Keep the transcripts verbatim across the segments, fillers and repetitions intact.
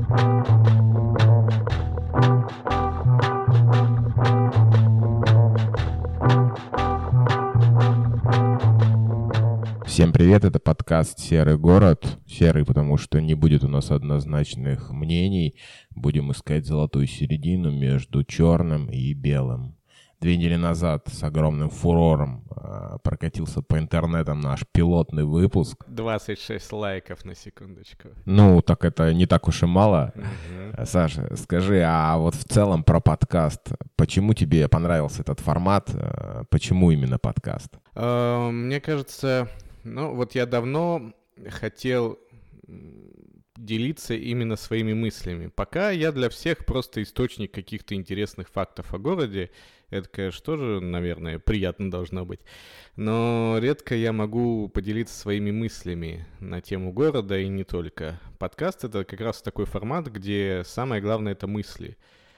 Всем привет, это подкаст «Серый город». Серый, потому что не будет у нас однозначных мнений. Будем искать золотую середину между черным и белым. Две недели назад с огромным фурором э, прокатился по интернетам наш пилотный выпуск. двадцать шесть лайков на секундочку. Ну, так это не так уж и мало. Угу. Саша, скажи, а вот в целом про подкаст. Почему тебе понравился этот формат? Э, почему именно подкаст? Uh, мне кажется, ну вот я давно хотел делиться именно своими мыслями. Пока я для всех просто источник каких-то интересных фактов о городе. Это, конечно, тоже, наверное, приятно должно быть. Но редко я могу поделиться своими мыслями на тему города и не только. Подкаст — это как раз такой формат, где самое главное — это мысли.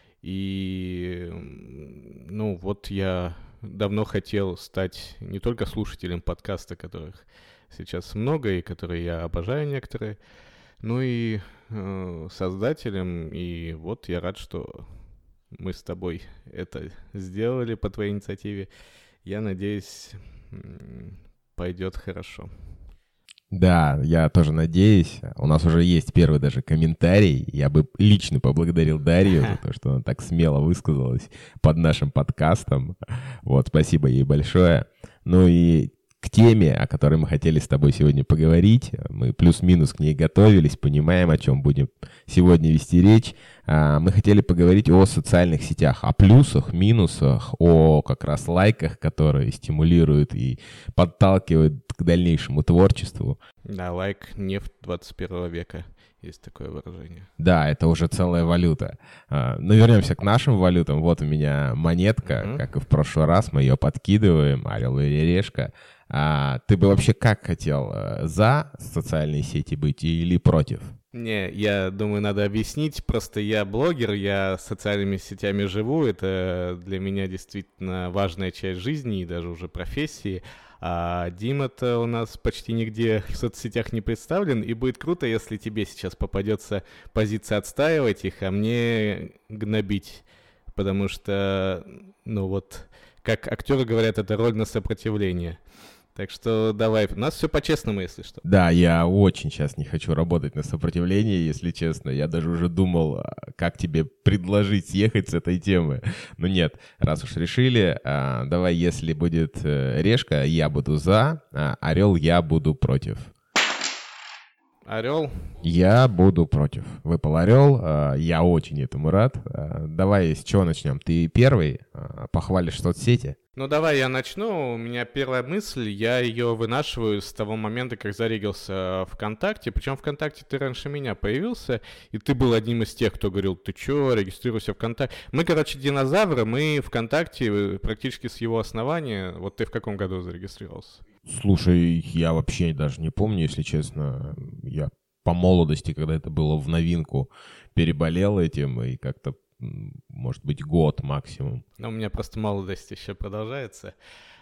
И, ну, вот я давно хотел стать не только слушателем подкаста, которых сейчас много и которые я обожаю некоторые, но и э, создателем. И вот я рад, что мы с тобой это сделали по твоей инициативе. Я надеюсь, пойдет хорошо. Да, я тоже надеюсь. У нас уже есть первый даже комментарий. Я бы лично поблагодарил Дарью за то, что она так смело высказалась под нашим подкастом. Вот, спасибо ей большое. Ну и к теме, о которой мы хотели с тобой сегодня поговорить. Мы плюс-минус к ней готовились, понимаем, о чем будем сегодня вести речь. Мы хотели поговорить о социальных сетях, о плюсах, минусах, о как раз лайках, которые стимулируют и подталкивают к дальнейшему творчеству. Да, лайк — нефть двадцать первого века. Есть такое выражение. Да, это уже целая валюта. Но вернемся к нашим валютам. Вот у меня монетка, uh-huh. как и в прошлый раз, мы ее подкидываем, орел или решка. А ты бы вообще как хотел, за социальные сети быть или против? Не, я думаю, надо объяснить. Просто я блогер, я социальными сетями живу. Это для меня действительно важная часть жизни и даже уже профессии. А Дима-то у нас почти нигде в соцсетях не представлен. И будет круто, если тебе сейчас попадется позиция отстаивать их, а мне гнобить. Потому что, ну вот, как актеры говорят, это роль на сопротивление. Так что давай, у нас все по-честному, если что. Да, я очень сейчас не хочу работать на сопротивлении, если честно. Я даже уже думал, как тебе предложить съехать с этой темы. Но нет, раз уж решили, давай, если будет решка, я буду за, а орел я буду против. Орел? Я буду против. Выпал орел, я очень этому рад. Давай, с чего начнем? Ты первый похвалишь соцсети? Ну давай я начну. У меня первая мысль, я ее вынашиваю с того момента, как зарегился ВКонтакте. Причем ВКонтакте ты раньше меня появился, и ты был одним из тех, кто говорил: ты чё, регистрируйся ВКонтакте. Мы, короче, динозавры, мы ВКонтакте практически с его основания. Вот ты в каком году зарегистрировался? Слушай, я вообще даже не помню, если честно. Я по молодости, когда это было в новинку, переболел этим и как-то, может быть, год максимум. Ну, у меня просто молодость еще продолжается.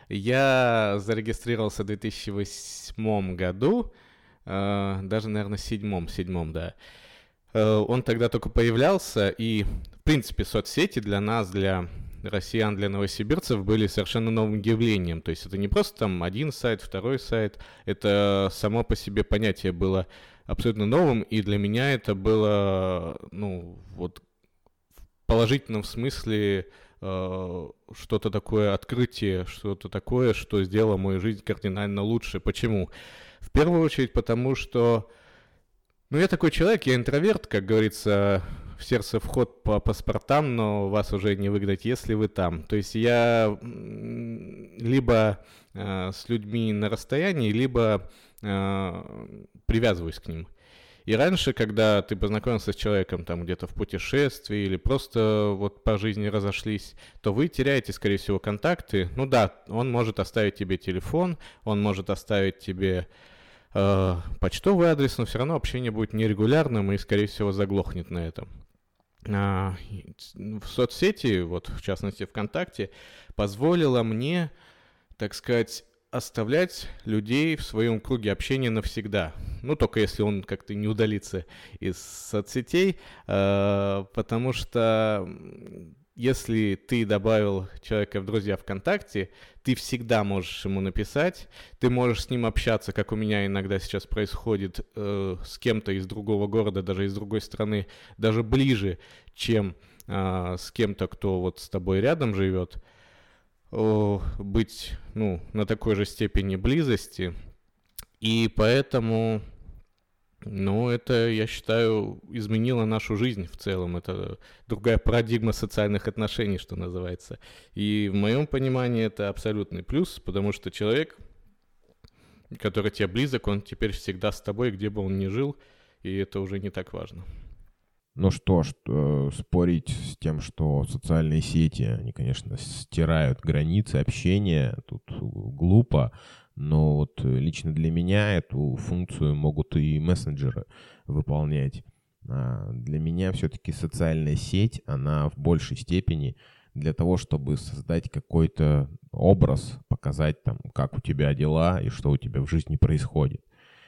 Я зарегистрировался в две тысячи восьмом году, э, даже, наверное, седьмом, седьмом, да. Э, он тогда только появлялся, и, в принципе, соцсети для нас, для россиян, для новосибирцев были совершенно новым явлением. То есть это не просто там один сайт, второй сайт, это само по себе понятие было абсолютно новым, и для меня это было, ну, вот, в положительном смысле э, что-то такое открытие, что-то такое, что сделало мою жизнь кардинально лучше. Почему? В первую очередь потому, что, ну, я такой человек, я интроверт, как говорится, в сердце вход по паспортам, но вас уже не выгнать, если вы там. То есть я либо э, с людьми на расстоянии, либо э, привязываюсь к ним. И раньше, когда ты познакомился с человеком там где-то в путешествии или просто вот по жизни разошлись, то вы теряете, скорее всего, контакты. Ну да, он может оставить тебе телефон, он может оставить тебе э, почтовый адрес, но все равно общение будет нерегулярным и, скорее всего, заглохнет на этом. А, в соцсети, вот в частности ВКонтакте, позволило мне, так сказать, оставлять людей в своем круге общения навсегда. Ну, только если он как-то не удалится из соцсетей, э, потому что если ты добавил человека в друзья ВКонтакте, ты всегда можешь ему написать, ты можешь с ним общаться, как у меня иногда сейчас происходит, э, с кем-то из другого города, даже из другой страны, даже ближе, чем э, с кем-то, кто вот с тобой рядом живет, о, быть, ну, на такой же степени близости. И поэтому, ну, это, я считаю, изменило нашу жизнь в целом. Это другая парадигма социальных отношений, что называется. И в моем понимании это абсолютный плюс, потому что человек, который тебе близок, он теперь всегда с тобой, где бы он ни жил, и это уже не так важно. Ну что ж, э, спорить с тем, что социальные сети, они, конечно, стирают границы общения, тут глупо, но вот лично для меня эту функцию могут и мессенджеры выполнять. А для меня все-таки социальная сеть, она в большей степени для того, чтобы создать какой-то образ, показать там, как у тебя дела и что у тебя в жизни происходит.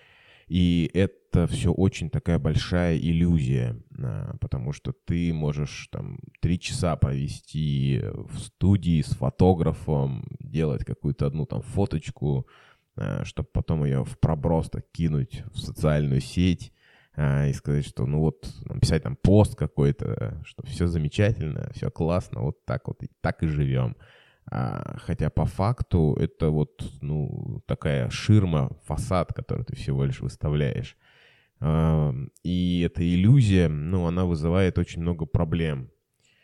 И это все очень такая большая иллюзия, потому что ты можешь там три часа провести в студии с фотографом, делать какую-то одну там фоточку, чтобы потом ее в проброс так кинуть в социальную сеть и сказать, что ну вот, написать там пост какой-то, что все замечательно, все классно, вот так вот, и так и живем. А, хотя по факту это вот, ну, такая ширма, фасад, который ты всего лишь выставляешь. А, и эта иллюзия, ну, она вызывает очень много проблем,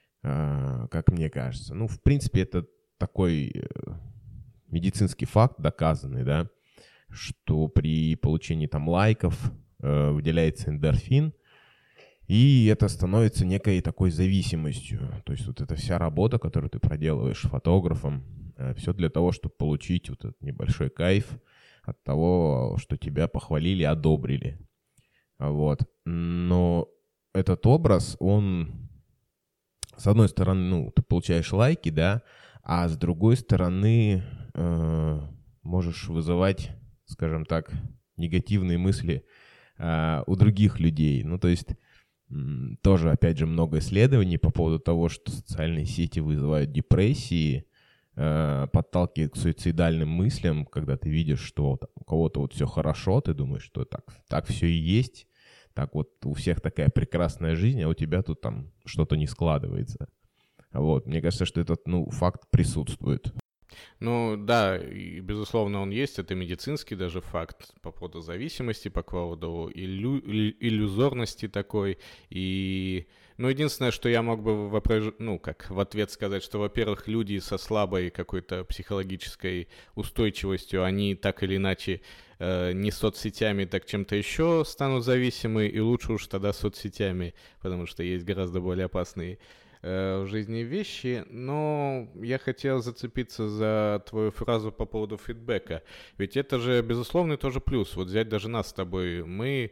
а, как мне кажется. Ну, в принципе, это такой медицинский факт доказанный, да, что при получении там лайков э, выделяется эндорфин, и это становится некой такой зависимостью. То есть вот эта вся работа, которую ты проделываешь фотографом, все для того, чтобы получить вот этот небольшой кайф от того, что тебя похвалили, одобрили. Вот. Но этот образ, он, с одной стороны, ну, ты получаешь лайки, да, а с другой стороны, э, можешь вызывать, скажем так, негативные мысли э, у других людей. Ну, то есть тоже, опять же, много исследований по поводу того, что социальные сети вызывают депрессии, э, подталкивают к суицидальным мыслям, когда ты видишь, что там, у кого-то вот все хорошо, ты думаешь, что так, так все и есть, так вот у всех такая прекрасная жизнь, а у тебя тут там что-то не складывается. Вот, мне кажется, что этот, ну, факт присутствует. Ну да, и, безусловно, он есть, это медицинский даже факт по поводу зависимости, по поводу иллю... иллюзорности такой, и... Ну, единственное, что я мог бы в, ну, как в ответ сказать, что, во-первых, люди со слабой какой-то психологической устойчивостью, они так или иначе э, не соцсетями, так чем-то еще станут зависимы, и лучше уж тогда соцсетями, потому что есть гораздо более опасные в жизни вещи, но я хотел зацепиться за твою фразу по поводу фидбэка, ведь это же, безусловно, тоже плюс, вот взять даже нас с тобой, мы,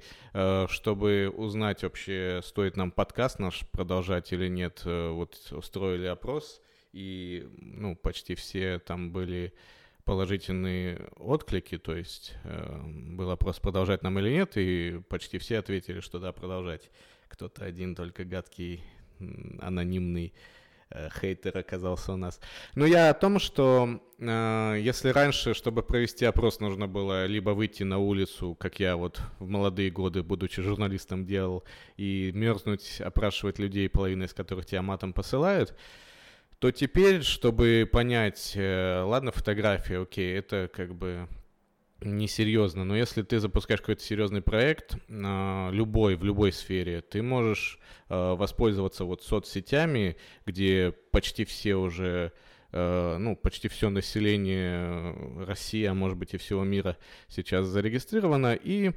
чтобы узнать вообще, стоит нам подкаст наш продолжать или нет, вот устроили опрос, и, ну, почти все там были положительные отклики, то есть был опрос, продолжать нам или нет, и почти все ответили, что да, продолжать, кто-то один только гадкий анонимный э, хейтер оказался у нас. Но я о том, что э, если раньше, чтобы провести опрос, нужно было либо выйти на улицу, как я вот в молодые годы, будучи журналистом, делал, и мерзнуть, опрашивать людей, половина из которых тебя матом посылают, то теперь, чтобы понять, э, ладно, фотография, окей, это как бы несерьезно, но если ты запускаешь какой-то серьезный проект, любой, в любой сфере, ты можешь воспользоваться вот соцсетями, где почти все уже, ну, почти все население России, а может быть и всего мира сейчас зарегистрировано, и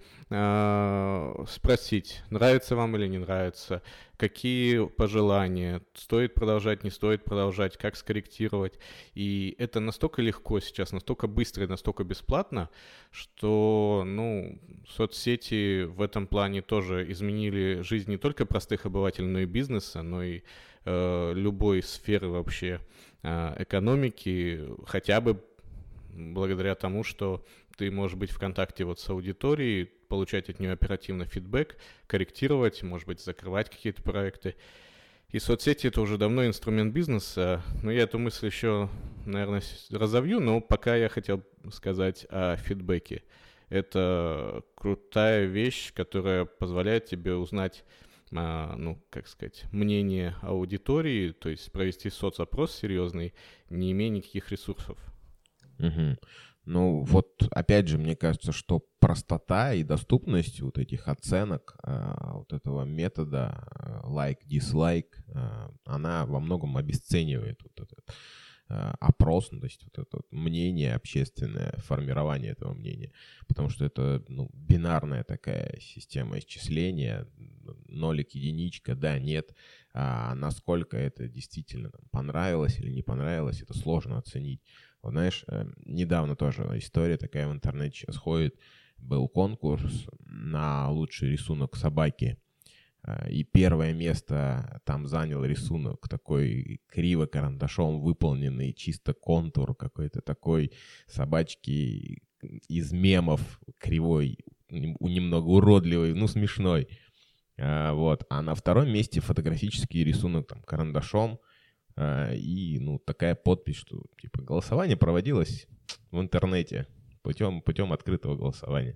э, спросить, нравится вам или не нравится, какие пожелания, стоит продолжать, не стоит продолжать, как скорректировать. И это настолько легко сейчас, настолько быстро и настолько бесплатно, что, ну, соцсети в этом плане тоже изменили жизнь не только простых обывателей, но и бизнеса, но и э, любой сферы вообще экономики, хотя бы благодаря тому, что ты можешь быть в контакте вот с аудиторией, получать от нее оперативно фидбэк, корректировать, может быть, закрывать какие-то проекты. И соцсети — это уже давно инструмент бизнеса, но я эту мысль еще, наверное, разовью, но пока я хотел сказать о фидбэке. Это крутая вещь, которая позволяет тебе узнать, а, ну, как сказать, мнение аудитории, то есть провести соцопрос серьезный, не имея никаких ресурсов. Угу. Ну, вот опять же, мне кажется, что простота и доступность вот этих оценок, а, вот этого метода лайк-дизлайк, а, она во многом обесценивает вот этот а, опрос, ну, то есть вот это вот мнение общественное, формирование этого мнения, потому что это, ну, бинарная такая система исчисления, нолик, единичка, да, нет, а насколько это действительно там понравилось или не понравилось, это сложно оценить. Вот, знаешь, недавно тоже история такая в интернете сейчас ходит. Был конкурс на лучший рисунок собаки. И первое место там занял рисунок такой криво карандашом выполненный, чисто контур какой-то такой собачки из мемов, кривой, немного уродливый, ну смешной. Вот. А на втором месте фотографический рисунок там карандашом. И, ну, такая подпись, что, типа, голосование проводилось в интернете путем, путем открытого голосования.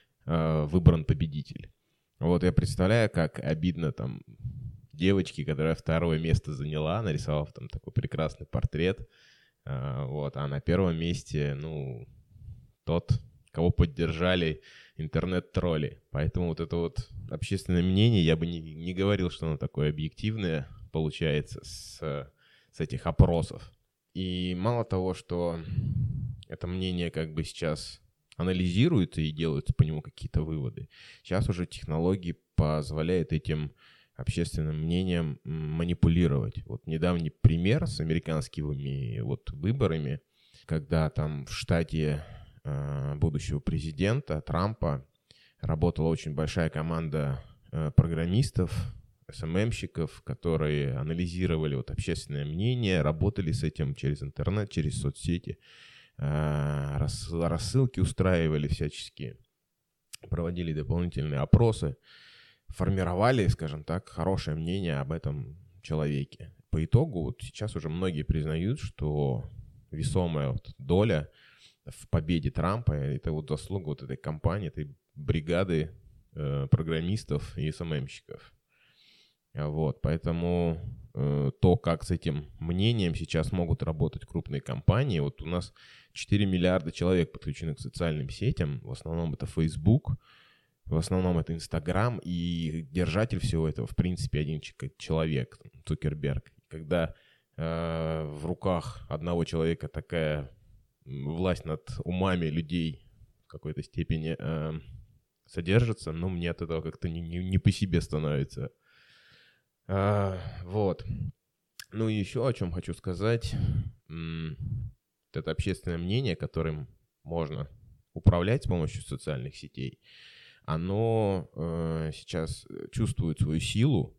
Выбран победитель. Вот я представляю, как обидно там девочке, которая второе место заняла, нарисовав там такой прекрасный портрет. Вот, а на первом месте, ну, тот, кого поддержали интернет-тролли. Поэтому вот это вот общественное мнение, я бы не, не говорил, что оно такое объективное получается с... с этих опросов. И мало того, что это мнение как бы сейчас анализируется и делаются по нему какие-то выводы, сейчас уже технологии позволяют этим общественным мнением манипулировать. Вот недавний пример с американскими вот выборами, когда там в штате э, будущего президента Трампа работала очень большая команда э, программистов, эс эм эм-щиков, которые анализировали вот общественное мнение, работали с этим через интернет, через соцсети, рассылки устраивали всяческие, проводили дополнительные опросы, формировали, скажем так, хорошее мнение об этом человеке. По итогу вот сейчас уже многие признают, что весомая вот доля в победе Трампа — это вот заслуга вот этой компании, этой бригады э, программистов и эс эм эм-щиков. Вот, поэтому э, то, как с этим мнением сейчас могут работать крупные компании, вот у нас четыре миллиарда человек подключены к социальным сетям, в основном это Facebook, в основном это Instagram, и держатель всего этого, в принципе, один человек, Цукерберг. Когда э, в руках одного человека такая власть над умами людей в какой-то степени э, содержится, но мне от этого как-то не, не, не по себе становится. А, вот. Ну и еще о чем хочу сказать. Это общественное мнение, которым можно управлять с помощью социальных сетей, оно э, сейчас чувствует свою силу,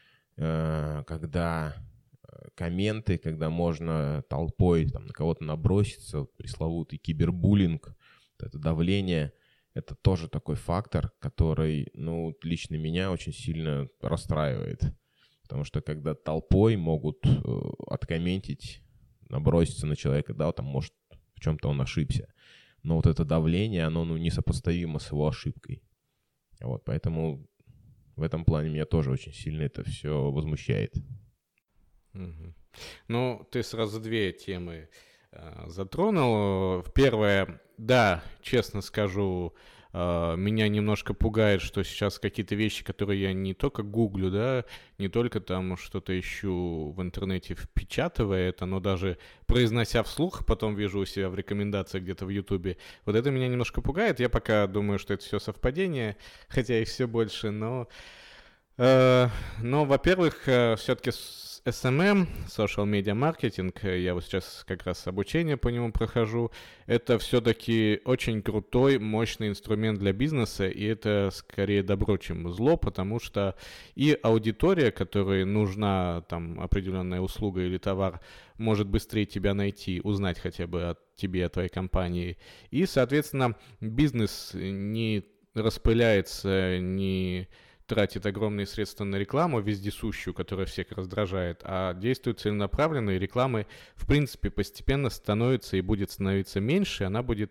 э, когда комменты, когда можно толпой там, на кого-то наброситься, вот, пресловутый кибербуллинг, вот это давление. Это тоже такой фактор, который, ну, лично меня очень сильно расстраивает. Потому что когда толпой могут э, откомментить, наброситься на человека, да, там, может, в чем-то он ошибся. Но вот это давление, оно, ну, несопоставимо с его ошибкой. Вот, поэтому в этом плане меня тоже очень сильно это все возмущает. Угу. Ну, ты сразу две темы э, затронул. Первая, да, честно скажу, Uh, меня немножко пугает, что сейчас какие-то вещи, которые я не только гуглю, да, не только там что-то ищу в интернете, впечатывая это, но даже произнося вслух, потом вижу у себя в рекомендациях где-то в Ютубе. Вот это меня немножко пугает. Я пока думаю, что это все совпадение, хотя их все больше, но... Uh, но, во-первых, uh, все-таки эс эм эм, Social Media Marketing, я вот сейчас как раз обучение по нему прохожу, это все-таки очень крутой, мощный инструмент для бизнеса, и это скорее добро, чем зло, потому что и аудитория, которой нужна там определенная услуга или товар, может быстрее тебя найти, узнать хотя бы о тебе, о твоей компании, и, соответственно, бизнес не распыляется, не тратит огромные средства на рекламу вездесущую, которая всех раздражает, а действует целенаправленно, и рекламы, в принципе, постепенно становится и будет становиться меньше, она будет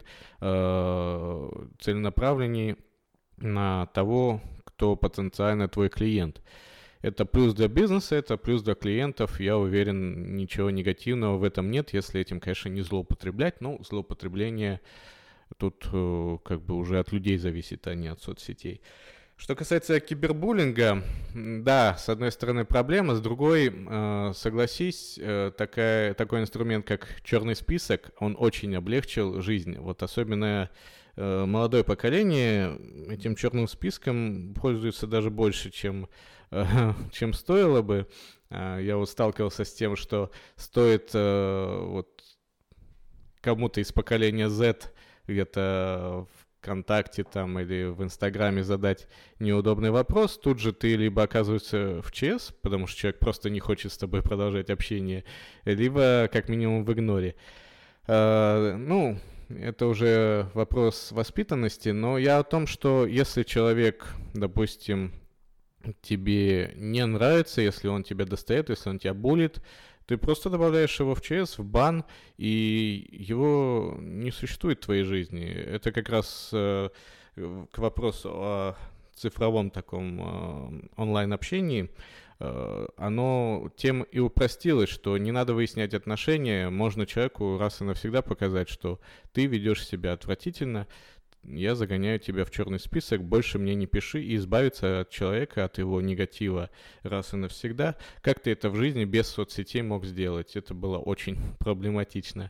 э, целенаправленнее на того, кто потенциально твой клиент. Это плюс для бизнеса, это плюс для клиентов. Я уверен, ничего негативного в этом нет, если этим, конечно, не злоупотреблять. Ну, злоупотребление тут э, как бы уже от людей зависит, а не от соцсетей. Что касается кибербуллинга, да, с одной стороны проблема, с другой, э, согласись, э, такая, такой инструмент, как черный список, он очень облегчил жизнь. Вот особенно э, молодое поколение этим черным списком пользуется даже больше, чем, э, чем стоило бы. Э, я вот сталкивался с тем, что стоит э, вот кому-то из поколения Z где-то в ВКонтакте там или в Инстаграме задать неудобный вопрос, тут же ты либо оказываешься в ЧС, потому что человек просто не хочет с тобой продолжать общение, либо как минимум в игноре. А, ну, это уже вопрос воспитанности, но я о том, что если человек, допустим, тебе не нравится, если он тебя достает, если он тебя булит, ты просто добавляешь его в ЧС, в бан, и его не существует в твоей жизни. Это как раз э, к вопросу о цифровом таком э, онлайн-общении. Э, оно тем и упростилось, что не надо выяснять отношения, можно человеку раз и навсегда показать, что ты ведешь себя отвратительно, я загоняю тебя в черный список, больше мне не пиши, и избавиться от человека, от его негатива раз и навсегда. Как ты это в жизни без соцсетей мог сделать? Это было очень проблематично.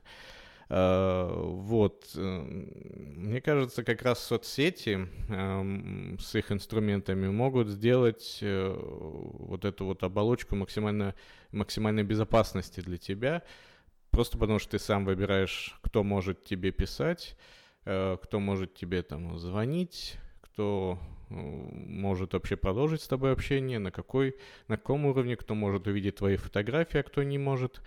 Вот. Мне кажется, как раз соцсети с их инструментами могут сделать вот эту вот оболочку максимально, максимальной безопасности для тебя, просто потому что ты сам выбираешь, кто может тебе писать, кто может тебе там звонить, кто может вообще продолжить с тобой общение, на какой, на каком уровне, кто может увидеть твои фотографии, а кто не может.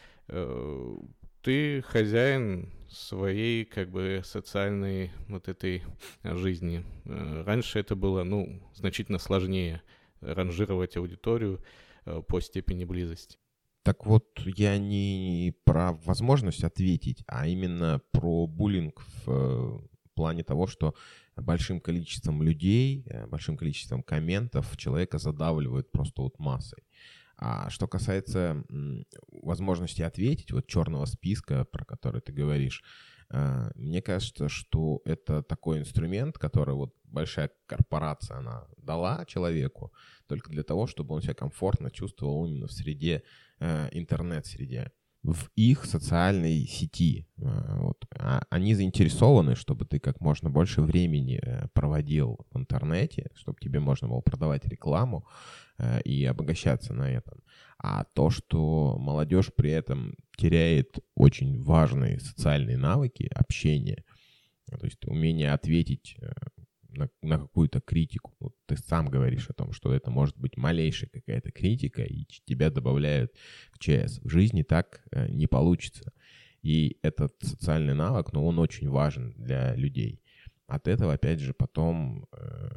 Ты хозяин своей как бы социальной вот этой жизни. Раньше это было, ну, значительно сложнее ранжировать аудиторию по степени близости. Так вот, я не про возможность ответить, а именно про буллинг в плане того, что большим количеством людей, большим количеством комментов человека задавливают просто вот массой. А что касается возможности ответить, вот черного списка, про который ты говоришь, мне кажется, что это такой инструмент, который вот большая корпорация, она дала человеку только для того, чтобы он себя комфортно чувствовал именно в среде, интернет-среде, в их социальной сети. Вот. Они заинтересованы, чтобы ты как можно больше времени проводил в интернете, чтобы тебе можно было продавать рекламу и обогащаться на этом. А то, что молодежь при этом теряет очень важные социальные навыки общения, то есть умение ответить на, на какую-то критику. Вот ты сам говоришь о том, что это может быть малейшая какая-то критика, и тебя добавляют к ЧС. В жизни так э, не получится. И этот социальный навык, ну, он очень важен для людей. От этого, опять же, потом э,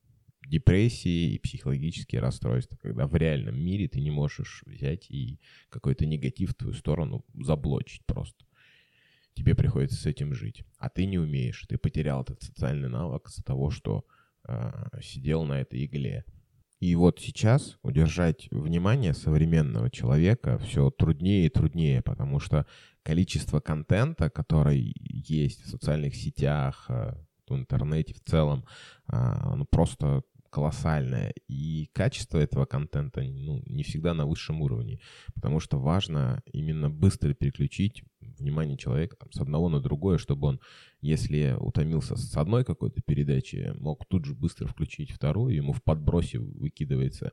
депрессии и психологические расстройства, когда в реальном мире ты не можешь взять и какой-то негатив в твою сторону заблочить просто. Тебе приходится с этим жить, а ты не умеешь. Ты потерял этот социальный навык из-за того, что э, сидел на этой игле. И вот сейчас удержать внимание современного человека все труднее и труднее, потому что количество контента, который есть в социальных сетях, э, в интернете в целом, э, оно просто колоссальное. И качество этого контента, ну, не всегда на высшем уровне, потому что важно именно быстро переключить внимание человека там, с одного на другое, чтобы он, если утомился с одной какой-то передачи, мог тут же быстро включить вторую, ему в подбросе выкидывается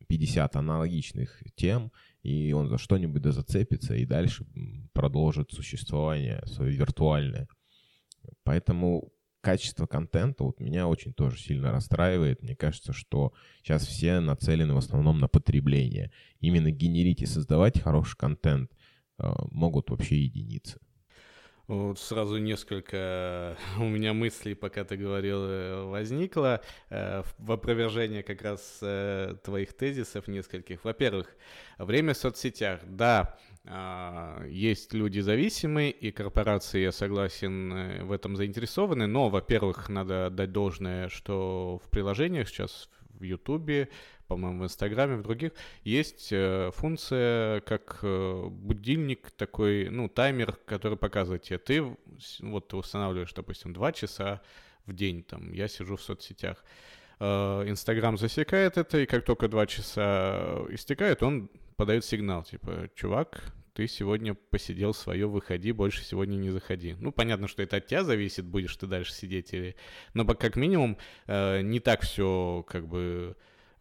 пятьдесят аналогичных тем, и он за что-нибудь да зацепится и дальше продолжит существование свое виртуальное. Поэтому качество контента вот меня очень тоже сильно расстраивает. Мне кажется, что сейчас все нацелены в основном на потребление. Именно генерить и создавать хороший контент э, могут вообще единицы. Вот сразу несколько у меня мыслей, пока ты говорил, возникло в опровержение как раз твоих тезисов нескольких. Во-первых, время в соцсетях. Да, есть люди зависимые, и корпорации, я согласен, в этом заинтересованы, но, во-первых, надо отдать должное, что в приложениях сейчас, в Ютубе, по-моему, в Инстаграме, в других, есть э, функция, как э, будильник такой, ну, таймер, который показывает тебе, ты вот ты устанавливаешь, допустим, два часа в день, там, я сижу в соцсетях. Э, Инстаграм засекает это, и как только два часа истекают, он подает сигнал, типа, чувак, ты сегодня посидел свое, выходи, больше сегодня не заходи. Ну, понятно, что это от тебя зависит, будешь ты дальше сидеть или... Но, как минимум, э, не так все, как бы...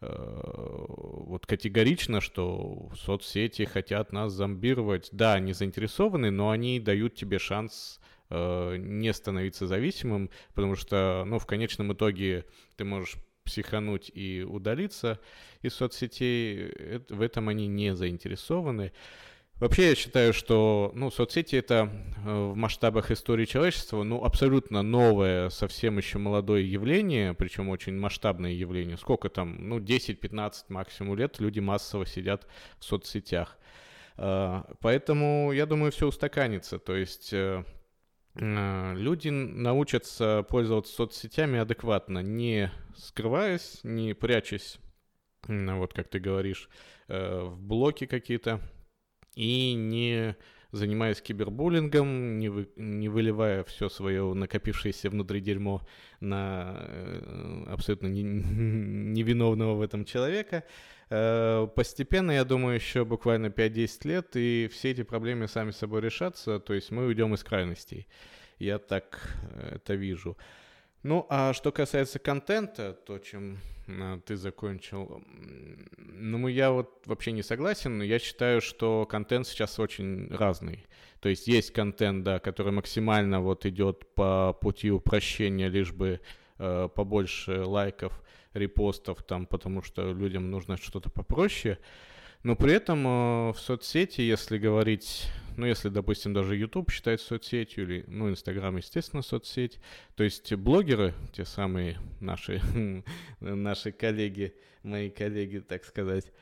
вот категорично, что соцсети хотят нас зомбировать. Да, они заинтересованы, но они дают тебе шанс э, не становиться зависимым, потому что, ну, в конечном итоге ты можешь психануть и удалиться из соцсетей. Это, в этом они не заинтересованы. Вообще, я считаю, что, ну, соцсети — это э, в масштабах истории человечества, ну, абсолютно новое, совсем еще молодое явление, причем очень масштабное явление. Сколько там, ну, десять-пятнадцать максимум лет люди массово сидят в соцсетях. Э, поэтому, я думаю, все устаканится. То есть э, э, люди научатся пользоваться соцсетями адекватно, не скрываясь, не прячась, э, вот как ты говоришь, э, в блоки какие-то, и не занимаясь кибербуллингом, не, вы, не выливая все свое накопившееся внутри дерьмо на э, абсолютно не, невиновного в этом человека. Э, постепенно, я думаю, еще буквально пять-десять лет, и все эти проблемы сами собой решатся, то есть мы уйдем из крайностей. Я так это вижу. Ну, а что касается контента, то, чем а, ты закончил, ну, я вот вообще не согласен, но я считаю, что контент сейчас очень разный. То есть есть контент, да, который максимально вот идет по пути упрощения, лишь бы э, побольше лайков, репостов, там, потому что людям нужно что-то попроще. Но при этом э, в соцсети, если говорить, ну, если, допустим, даже YouTube считать соцсетью, или, ну, Instagram, естественно, соцсеть, то есть блогеры, те самые наши, наши коллеги, мои коллеги, так сказать,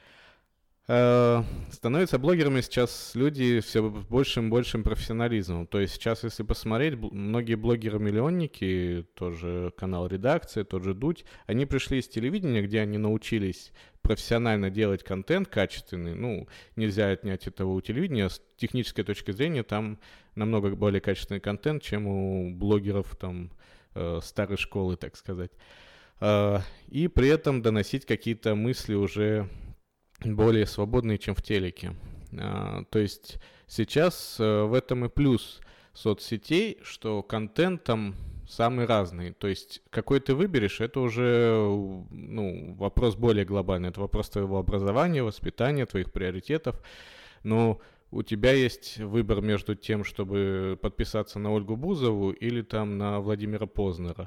э, становятся блогерами сейчас люди все с большим и большим профессионализмом. То есть сейчас, если посмотреть, многие блогеры-миллионники, тоже канал «Редакция», тот же Дудь, они пришли из телевидения, где они научились профессионально делать контент качественный. Ну, нельзя отнять этого у телевидения. С технической точки зрения там намного более качественный контент, чем у блогеров там э, старой школы, так сказать. Э, и при этом доносить какие-то мысли уже более свободные, чем в телеке. Э, то есть сейчас э, в этом и плюс соцсетей, что контент там самый разный. То есть какой ты выберешь, это уже, ну, вопрос более глобальный. Это вопрос твоего образования, воспитания, твоих приоритетов. Но у тебя есть выбор между тем, чтобы подписаться на Ольгу Бузову или там на Владимира Познера.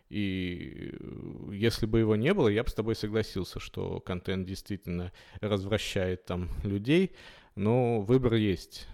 И если бы его не было, я бы с тобой согласился, что контент действительно развращает там людей, но выбор есть.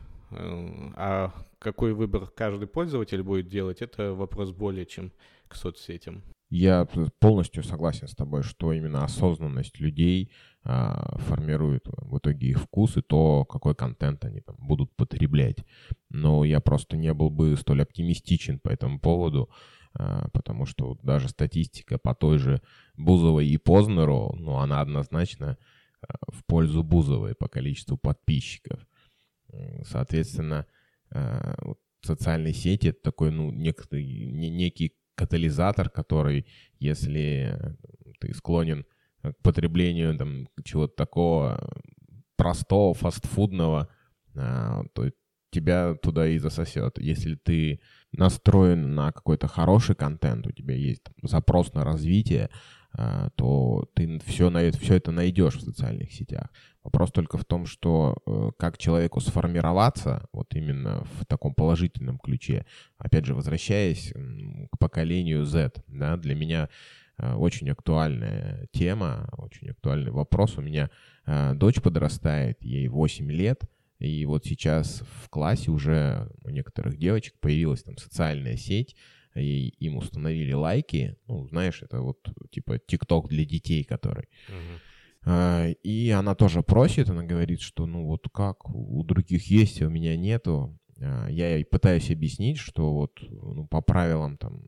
А какой выбор каждый пользователь будет делать, это вопрос более чем к соцсетям. Я полностью согласен с тобой, что именно осознанность людей а, формирует в итоге их вкус и то, какой контент они там будут потреблять. Но я просто не был бы столь оптимистичен по этому поводу, а, потому что вот даже статистика по той же Бузовой и Познеру, ну, она однозначно а, в пользу Бузовой по количеству подписчиков. Соответственно, социальные сети — это такой, ну, некий, некий катализатор, который, если ты склонен к потреблению там чего-то такого простого, фастфудного, то тебя туда и засосет. Если ты настроен на какой-то хороший контент, у тебя есть там запрос на развитие, то ты все, все это найдешь в социальных сетях. Вопрос только в том, что как человеку сформироваться вот именно в таком положительном ключе. Опять же, возвращаясь к поколению Z, да, для меня очень актуальная тема, очень актуальный вопрос. У меня дочь подрастает, ей восемь лет, и вот сейчас в классе уже у некоторых девочек появилась там социальная сеть, и им установили лайки. Ну, знаешь, это вот типа ТикТок для детей, который. Uh-huh. И она тоже просит, она говорит, что ну вот как, у других есть, а у меня нету. Я ей пытаюсь объяснить, что вот ну, по правилам там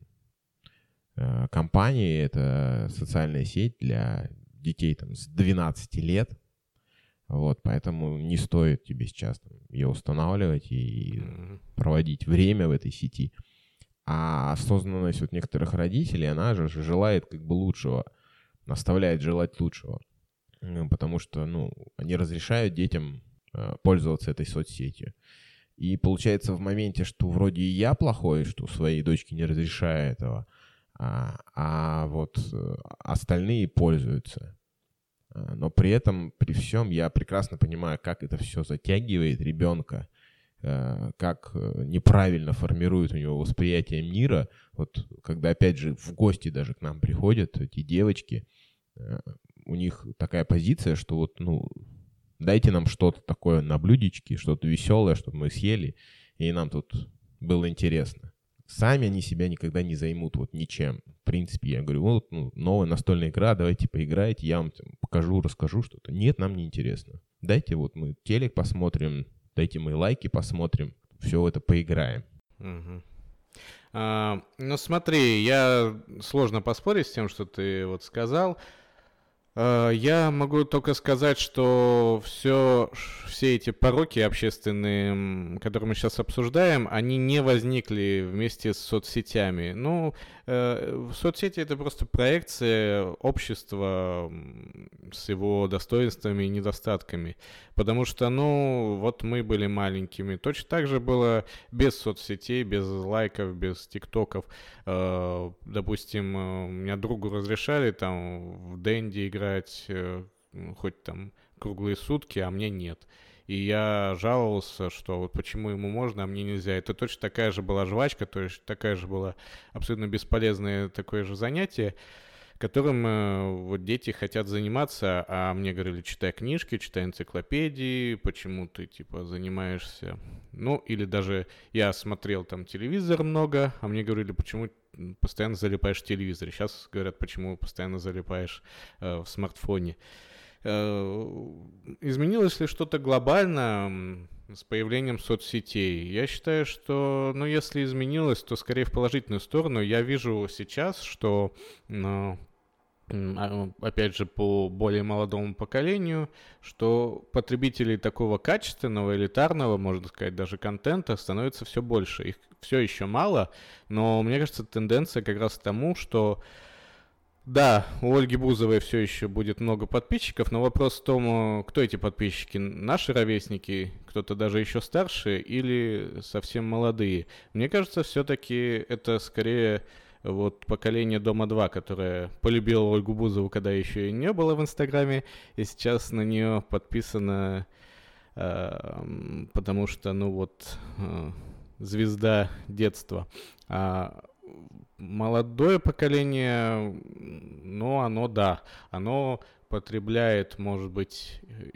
компании это социальная сеть для детей там с двенадцати лет. Вот, поэтому не стоит тебе сейчас там, ее устанавливать и uh-huh. проводить время в этой сети. А осознанность вот некоторых родителей, она же желает как бы лучшего, наставляет желать лучшего. Потому что, ну, они разрешают детям э, пользоваться этой соцсетью. И получается в моменте, что вроде и я плохой, что своей дочке не разрешаю этого, а, а вот э, остальные пользуются. Но при этом, при всем, я прекрасно понимаю, как это все затягивает ребенка, как неправильно формирует у него восприятие мира. Вот когда, опять же, в гости даже к нам приходят эти девочки, у них такая позиция, что вот, ну, дайте нам что-то такое на блюдечке, что-то веселое, чтобы мы съели, и нам тут было интересно. Сами они себя никогда не займут вот ничем. В принципе, я говорю, вот ну, новая настольная игра, давайте поиграйте, я вам там, покажу, расскажу что-то. Нет, нам не интересно. Дайте вот мы телек посмотрим, дайте мы лайки посмотрим, все это поиграем. Угу. А, ну смотри, я сложно поспорить с тем, что ты вот сказал. Я могу только сказать, что все, все эти пороки общественные, которые мы сейчас обсуждаем, они не возникли вместе с соцсетями. Ну, э, соцсети — это просто проекция общества с его достоинствами и недостатками. Потому что, ну, вот мы были маленькими. Точно так же было без соцсетей, без лайков, без тиктоков. Э, допустим, у меня другу разрешали там в Денди играть, играть э, хоть там круглые сутки, а мне нет. И я жаловался, что вот почему ему можно, а мне нельзя. Это точно такая же была жвачка, то есть такая же была абсолютно бесполезное такое же занятие, которым э, вот дети хотят заниматься, а мне говорили, читай книжки, читай энциклопедии, почему ты типа занимаешься. Ну, или даже я смотрел там телевизор много, а мне говорили, почему постоянно залипаешь в телевизоре. Сейчас говорят, почему постоянно залипаешь э, в смартфоне. Э, изменилось ли что-то глобально с появлением соцсетей? Я считаю, что, ну, если изменилось, то скорее в положительную сторону. Я вижу сейчас, что, ну, опять же, по более молодому поколению, что потребителей такого качественного, элитарного, можно сказать, даже контента становится все больше. Их все еще мало, но мне кажется, тенденция как раз к тому, что да, у Ольги Бузовой все еще будет много подписчиков, но вопрос в том, кто эти подписчики, наши ровесники, кто-то даже еще старше или совсем молодые. Мне кажется, все-таки это скорее вот поколение Дома-два, которое полюбило Ольгу Бузову, когда еще и не было в Инстаграме, и сейчас на нее подписано, э, потому что, ну вот, э, звезда детства. А молодое поколение, ну, оно, да, оно потребляет, может быть,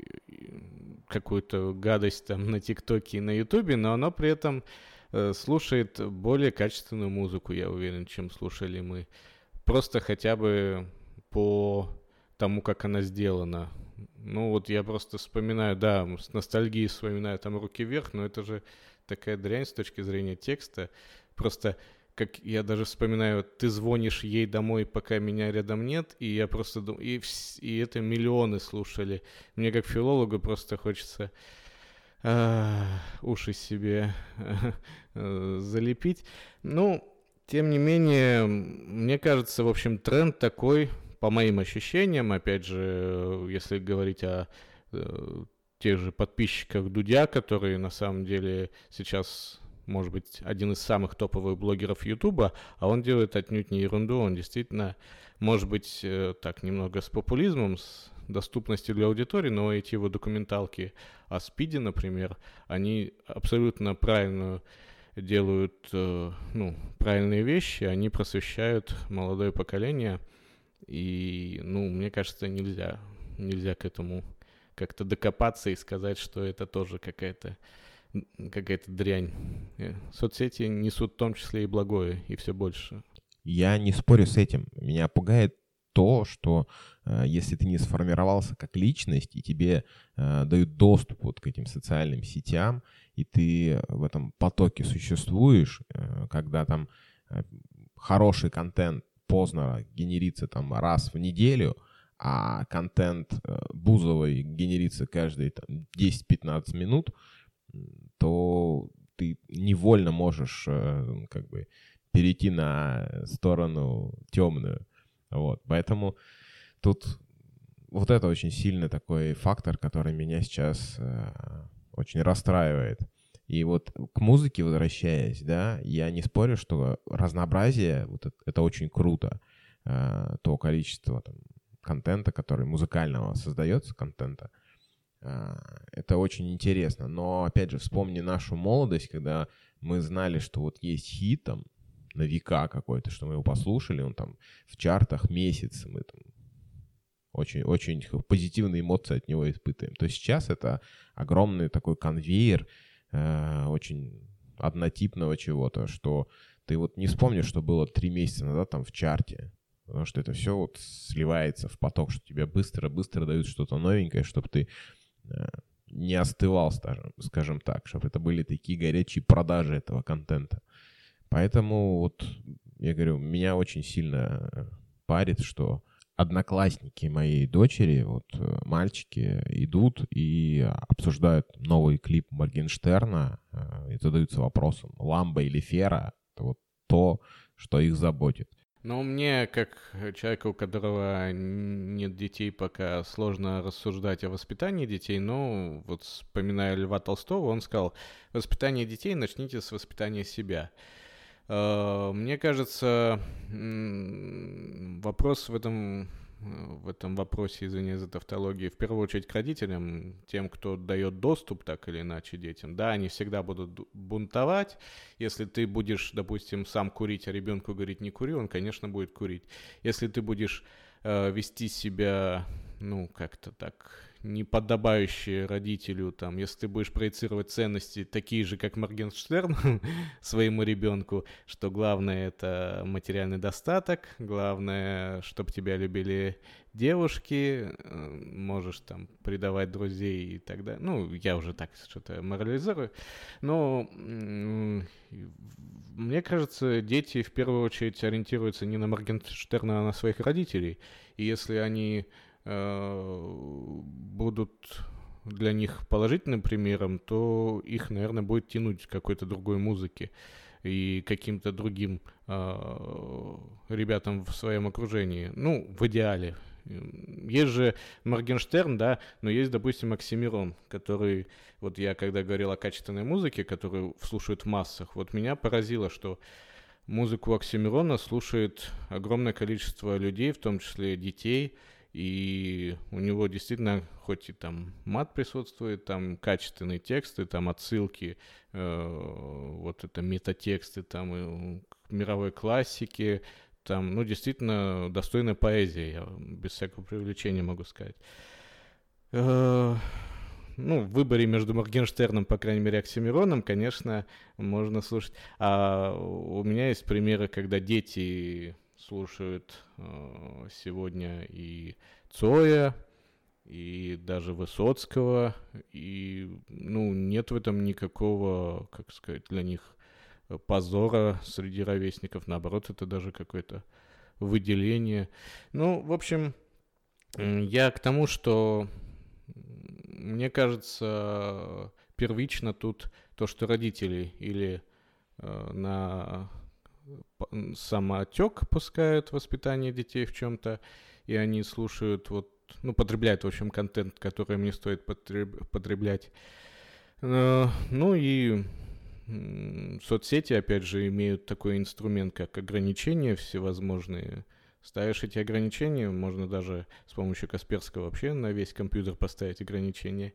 какую-то гадость там на ТикТоке и на Ютубе, но оно при этом слушает более качественную музыку, я уверен, чем слушали мы. Просто хотя бы по тому, как она сделана. Ну вот я просто вспоминаю, да, с ностальгией вспоминаю там «Руки вверх», но это же такая дрянь с точки зрения текста. Просто, как я даже вспоминаю, ты звонишь ей домой, пока меня рядом нет, и я просто думаю, и, и это миллионы слушали. Мне как филологу просто хочется Uh, уши себе uh, залепить. Ну, тем не менее, мне кажется, в общем, тренд такой, по моим ощущениям, опять же, если говорить о uh, тех же подписчиках Дудя, которые на самом деле сейчас может быть, один из самых топовых блогеров Ютуба, а он делает отнюдь не ерунду, он действительно, может быть, так, немного с популизмом, с доступностью для аудитории, но эти его документалки о СПИДе, например, они абсолютно правильную делают, ну, правильные вещи, они просвещают молодое поколение, и, ну, мне кажется, нельзя, нельзя к этому как-то докопаться и сказать, что это тоже какая-то какая-то дрянь. Соцсети несут в том числе и благое, и все больше. Я не спорю с этим. Меня пугает то, что э, если ты не сформировался как личность, и тебе э, дают доступ вот к этим социальным сетям, и ты в этом потоке существуешь, э, когда там э, хороший контент поздно генерится там раз в неделю, а контент э, Бузовой генерится каждые там, десять-пятнадцать минут, то ты невольно можешь э, как бы перейти на сторону темную. Вот. Поэтому тут вот это очень сильный такой фактор, который меня сейчас э, очень расстраивает. И вот к музыке возвращаясь, да, я не спорю, что разнообразие, вот это, это очень круто. Э, то количество там, контента, который музыкального создается, контента, это очень интересно. Но, опять же, вспомни нашу молодость, когда мы знали, что вот есть хит там на века какой-то, что мы его послушали, он там в чартах месяц, мы там очень-очень позитивные эмоции от него испытываем. То сейчас это огромный такой конвейер э, очень однотипного чего-то, что ты вот не вспомнишь, что было три месяца назад там в чарте, потому что это все вот сливается в поток, что тебе быстро-быстро дают что-то новенькое, чтобы ты не остывал, скажем, скажем так, чтобы это были такие горячие продажи этого контента. Поэтому вот, я говорю, меня очень сильно парит, что одноклассники моей дочери, вот мальчики, идут и обсуждают новый клип Моргенштерна и задаются вопросом, ламба или фера, это вот то, что их заботит. Ну, мне, как человеку, у которого нет детей, пока сложно рассуждать о воспитании детей, но вот вспоминая Льва Толстого, он сказал, воспитание детей начните с воспитания себя. Мне кажется, вопрос в этом, в этом вопросе, извиняюсь за тавтологию, в первую очередь к родителям, тем, кто дает доступ так или иначе детям. Да, они всегда будут бунтовать. Если ты будешь, допустим, сам курить, а ребенку говорить не кури, он, конечно, будет курить. Если ты будешь э, вести себя, ну, как-то так, неподобающие родителю, там, если ты будешь проецировать ценности такие же, как Моргенштерн, своему ребенку, что главное это материальный достаток, главное, чтобы тебя любили девушки, можешь там предавать друзей и так далее. Ну, я уже так что-то морализирую, но мне кажется, дети в первую очередь ориентируются не на Моргенштерна, а на своих родителей, и если они будут для них положительным примером, то их, наверное, будет тянуть к какой-то другой музыке и каким-то другим э, ребятам в своем окружении. Ну, в идеале. Есть же Моргенштерн, да, но есть, допустим, Оксимирон, который, вот я когда говорил о качественной музыке, которую слушают в массах, вот меня поразило, что музыку Оксимирона слушает огромное количество людей, в том числе детей, и у него действительно, хоть и там мат присутствует, там качественные тексты, там отсылки, э, вот это метатексты, там и к мировой классике, там, ну, действительно достойная поэзия, я без всякого преувеличения могу сказать. Э, ну, в выборе между Моргенштерном, по крайней мере, Оксимироном, конечно, можно слушать. А у меня есть примеры, когда дети слушают э, сегодня и Цоя, и даже Высоцкого, и, ну, нет в этом никакого, как сказать, для них позора среди ровесников, наоборот, это даже какое-то выделение. Ну, в общем, я к тому, что, мне кажется, первично тут то, что родители или э, на самоотек пускают воспитание детей в чем-то, и они слушают, вот, ну, потребляют, в общем, контент, который им не стоит потреб- потреблять. Э, ну и соцсети, опять же, имеют такой инструмент, как ограничения всевозможные. Ставишь эти ограничения, можно даже с помощью Касперского вообще на весь компьютер поставить ограничения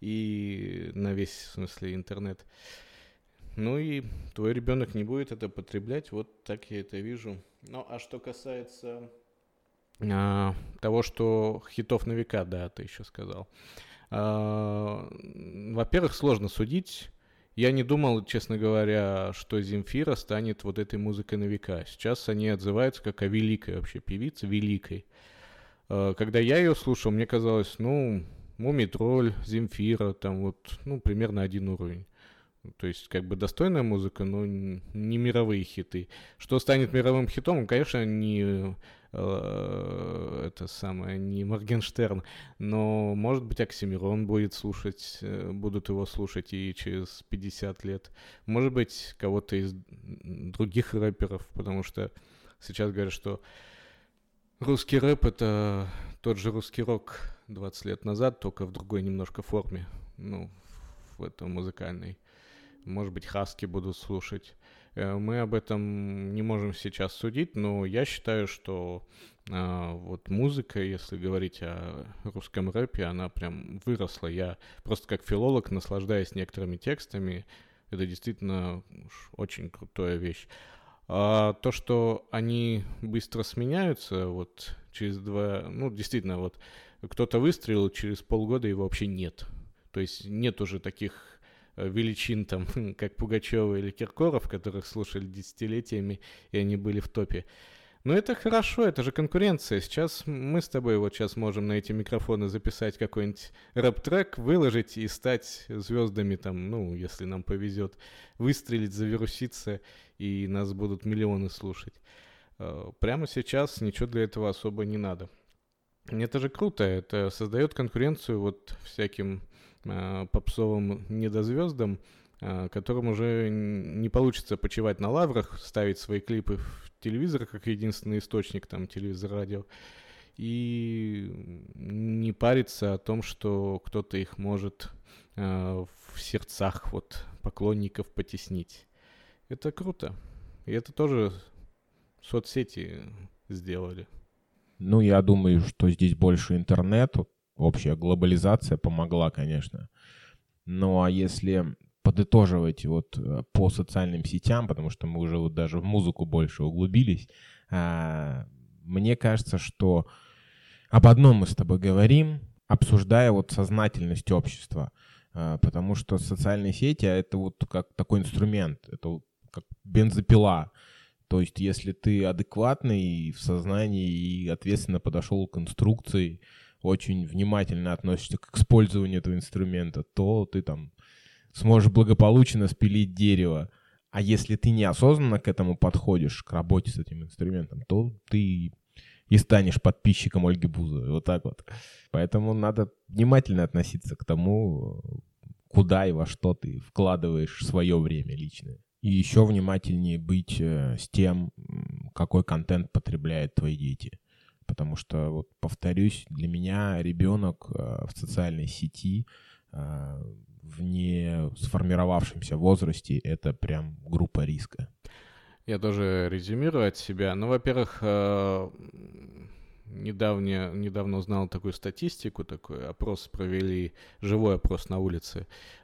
и на весь, в смысле, интернет. Ну и твой ребенок не будет это потреблять, вот так я это вижу. Ну а что касается а, того, что хитов на века, да, ты еще сказал. А, во-первых, сложно судить. Я не думал, честно говоря, что Земфира станет вот этой музыкой на века. Сейчас они отзываются как о великой вообще певице, великой. Когда я ее слушал, мне казалось, ну, Мумий Тролль, Земфира, там вот, ну, примерно один уровень. То есть, как бы достойная музыка, но не мировые хиты. Что станет мировым хитом, конечно, не э, это самое, не Моргенштерн, но, может быть, Оксимирон будет слушать, будут его слушать и через пятьдесят лет. Может быть, кого-то из других рэперов, потому что сейчас говорят, что русский рэп — это тот же русский рок двадцать лет назад, только в другой немножко форме, ну, в этом музыкальной. Может быть, хаски будут слушать. Мы об этом не можем сейчас судить, но я считаю, что э, вот музыка, если говорить о русском рэпе, она прям выросла. Я просто как филолог наслаждаюсь некоторыми текстами. Это действительно очень крутая вещь. А то, что они быстро сменяются, вот через два... Ну, действительно, вот кто-то выстрелил, через полгода его вообще нет. То есть нет уже таких величин, там, как Пугачева или Киркоров, которых слушали десятилетиями, и они были в топе. Но это хорошо, это же конкуренция. Сейчас мы с тобой вот сейчас можем на эти микрофоны записать какой-нибудь рэп-трек, выложить и стать звездами, там, ну, если нам повезет, выстрелить, завируситься, и нас будут миллионы слушать. Прямо сейчас ничего для этого особо не надо. Это же круто, это создает конкуренцию вот всяким попсовым недозвездам, которым уже не получится почивать на лаврах, ставить свои клипы в телевизор как единственный источник, там, телевизор, радио, и не париться о том, что кто-то их может в сердцах вот поклонников потеснить. Это круто. И это тоже соцсети сделали. Ну, я думаю, что здесь больше интернет, общая глобализация помогла, конечно. Ну, а если подытоживать вот по социальным сетям, потому что мы уже вот даже в музыку больше углубились, мне кажется, что об одном мы с тобой говорим, обсуждая вот сознательность общества, потому что социальные сети — это вот как такой инструмент, это вот как бензопила. То есть, если ты адекватный в сознании и ответственно подошел к инструкции, очень внимательно относишься к использованию этого инструмента, то ты там сможешь благополучно спилить дерево. А если ты неосознанно к этому подходишь, к работе с этим инструментом, то ты и станешь подписчиком Ольги Бузовой. Вот так вот. Поэтому надо внимательно относиться к тому, куда и во что ты вкладываешь свое время личное. И еще внимательнее быть с тем, какой контент потребляют твои дети. Потому что, вот, повторюсь, для меня ребенок в социальной сети в не сформировавшемся возрасте — это прям группа риска. Я тоже резюмирую от себя. Ну, во-первых, недавно, недавно узнал такую статистику, такой опрос провели, живой опрос на улице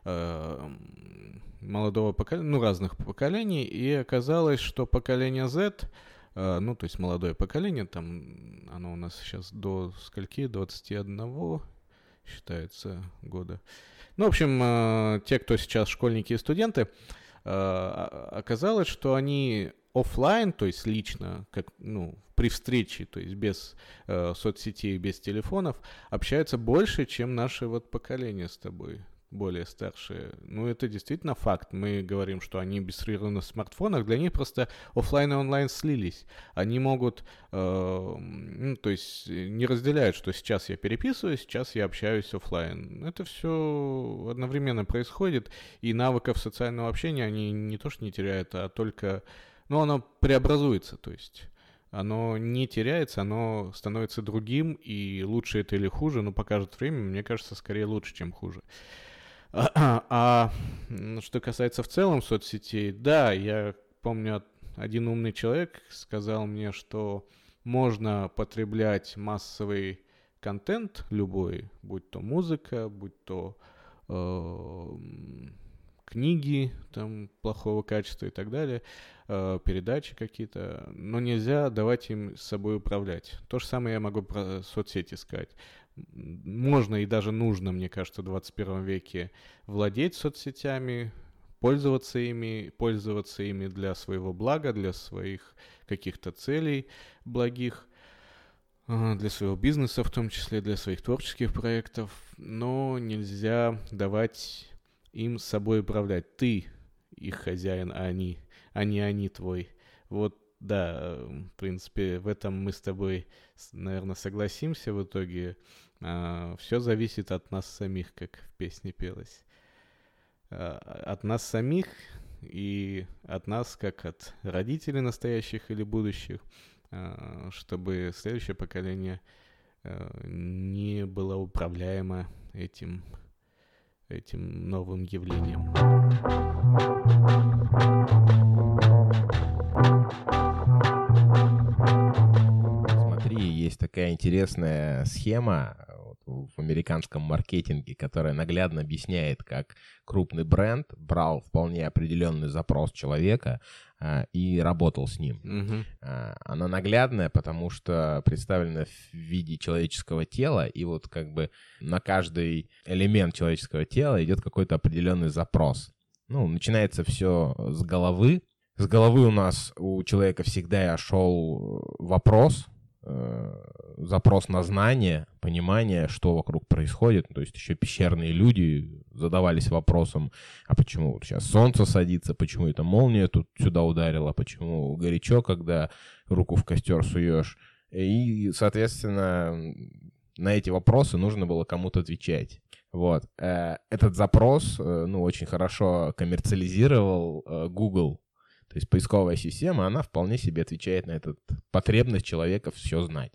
молодого поколения, ну, разных поколений, и оказалось, что поколение Z, ну, то есть молодое поколение, там оно у нас сейчас до скольки, двадцати одного считается года. Ну, в общем, те, кто сейчас школьники и студенты, оказалось, что они офлайн, то есть лично, как, ну, при встрече, то есть без э, соцсетей, без телефонов, общаются больше, чем наше вот поколение с тобой, более старшие. Ну, это действительно факт. Мы говорим, что они беспрерывно в смартфонах, для них просто офлайн и онлайн слились. Они могут, э, ну, то есть не разделяют, что сейчас я переписываюсь, сейчас я общаюсь офлайн. Это все одновременно происходит, и навыков социального общения они не то что не теряют, а только, ну, оно преобразуется, то есть оно не теряется, оно становится другим, и лучше это или хуже, ну, покажет время, мне кажется, скорее лучше, чем хуже. А, а что касается в целом соцсетей, да, я помню, один умный человек сказал мне, что можно потреблять массовый контент любой, будь то музыка, будь то э, книги там плохого качества и так далее, э, передачи какие-то, но нельзя давать им с собой управлять. То же самое я могу про соцсети сказать. Можно и даже нужно, мне кажется, в двадцать первом веке владеть соцсетями, пользоваться ими, пользоваться ими для своего блага, для своих каких-то целей благих, для своего бизнеса, в том числе для своих творческих проектов, но нельзя давать им с собой управлять. Ты их хозяин, а они, а не они твой. Вот, да, в принципе, в этом мы с тобой, наверное, согласимся в итоге. Все зависит от нас самих, как в песне пелось. От нас самих и от нас, как от родителей настоящих или будущих, чтобы следующее поколение не было управляемо этим, этим новым явлением. Смотри, есть такая интересная схема в американском маркетинге, которая наглядно объясняет, как крупный бренд брал вполне определенный запрос человека а, и работал с ним. Mm-hmm. А, она наглядная, потому что представлена в виде человеческого тела, и вот как бы на каждый элемент человеческого тела идет какой-то определенный запрос. Ну, начинается все с головы. С головы у нас у человека всегда шел вопрос, запрос на знание, понимание, что вокруг происходит. То есть еще пещерные люди задавались вопросом, а почему вот сейчас солнце садится, почему эта молния тут сюда ударила, почему горячо, когда руку в костер суешь. И, соответственно, на эти вопросы нужно было кому-то отвечать. Вот. Этот запрос, ну, очень хорошо коммерциализировал Google. То есть поисковая система, она вполне себе отвечает на эту потребность человека все знать.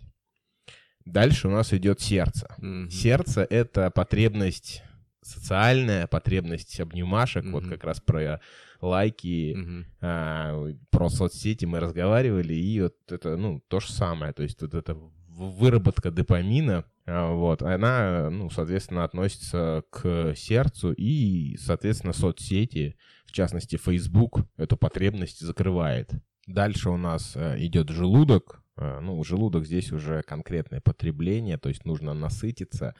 Дальше у нас идет сердце. Mm-hmm. Сердце — это потребность социальная, потребность обнимашек. Mm-hmm. Вот как раз про лайки, mm-hmm. а, про соцсети мы разговаривали, и вот это, ну, то же самое. То есть вот эта выработка допамина, а, вот, она, ну, соответственно, относится к сердцу, и, соответственно, соцсети, в частности, Facebook, эту потребность закрывает. Дальше у нас идет желудок. Ну, желудок здесь уже конкретное потребление, то есть нужно насытиться.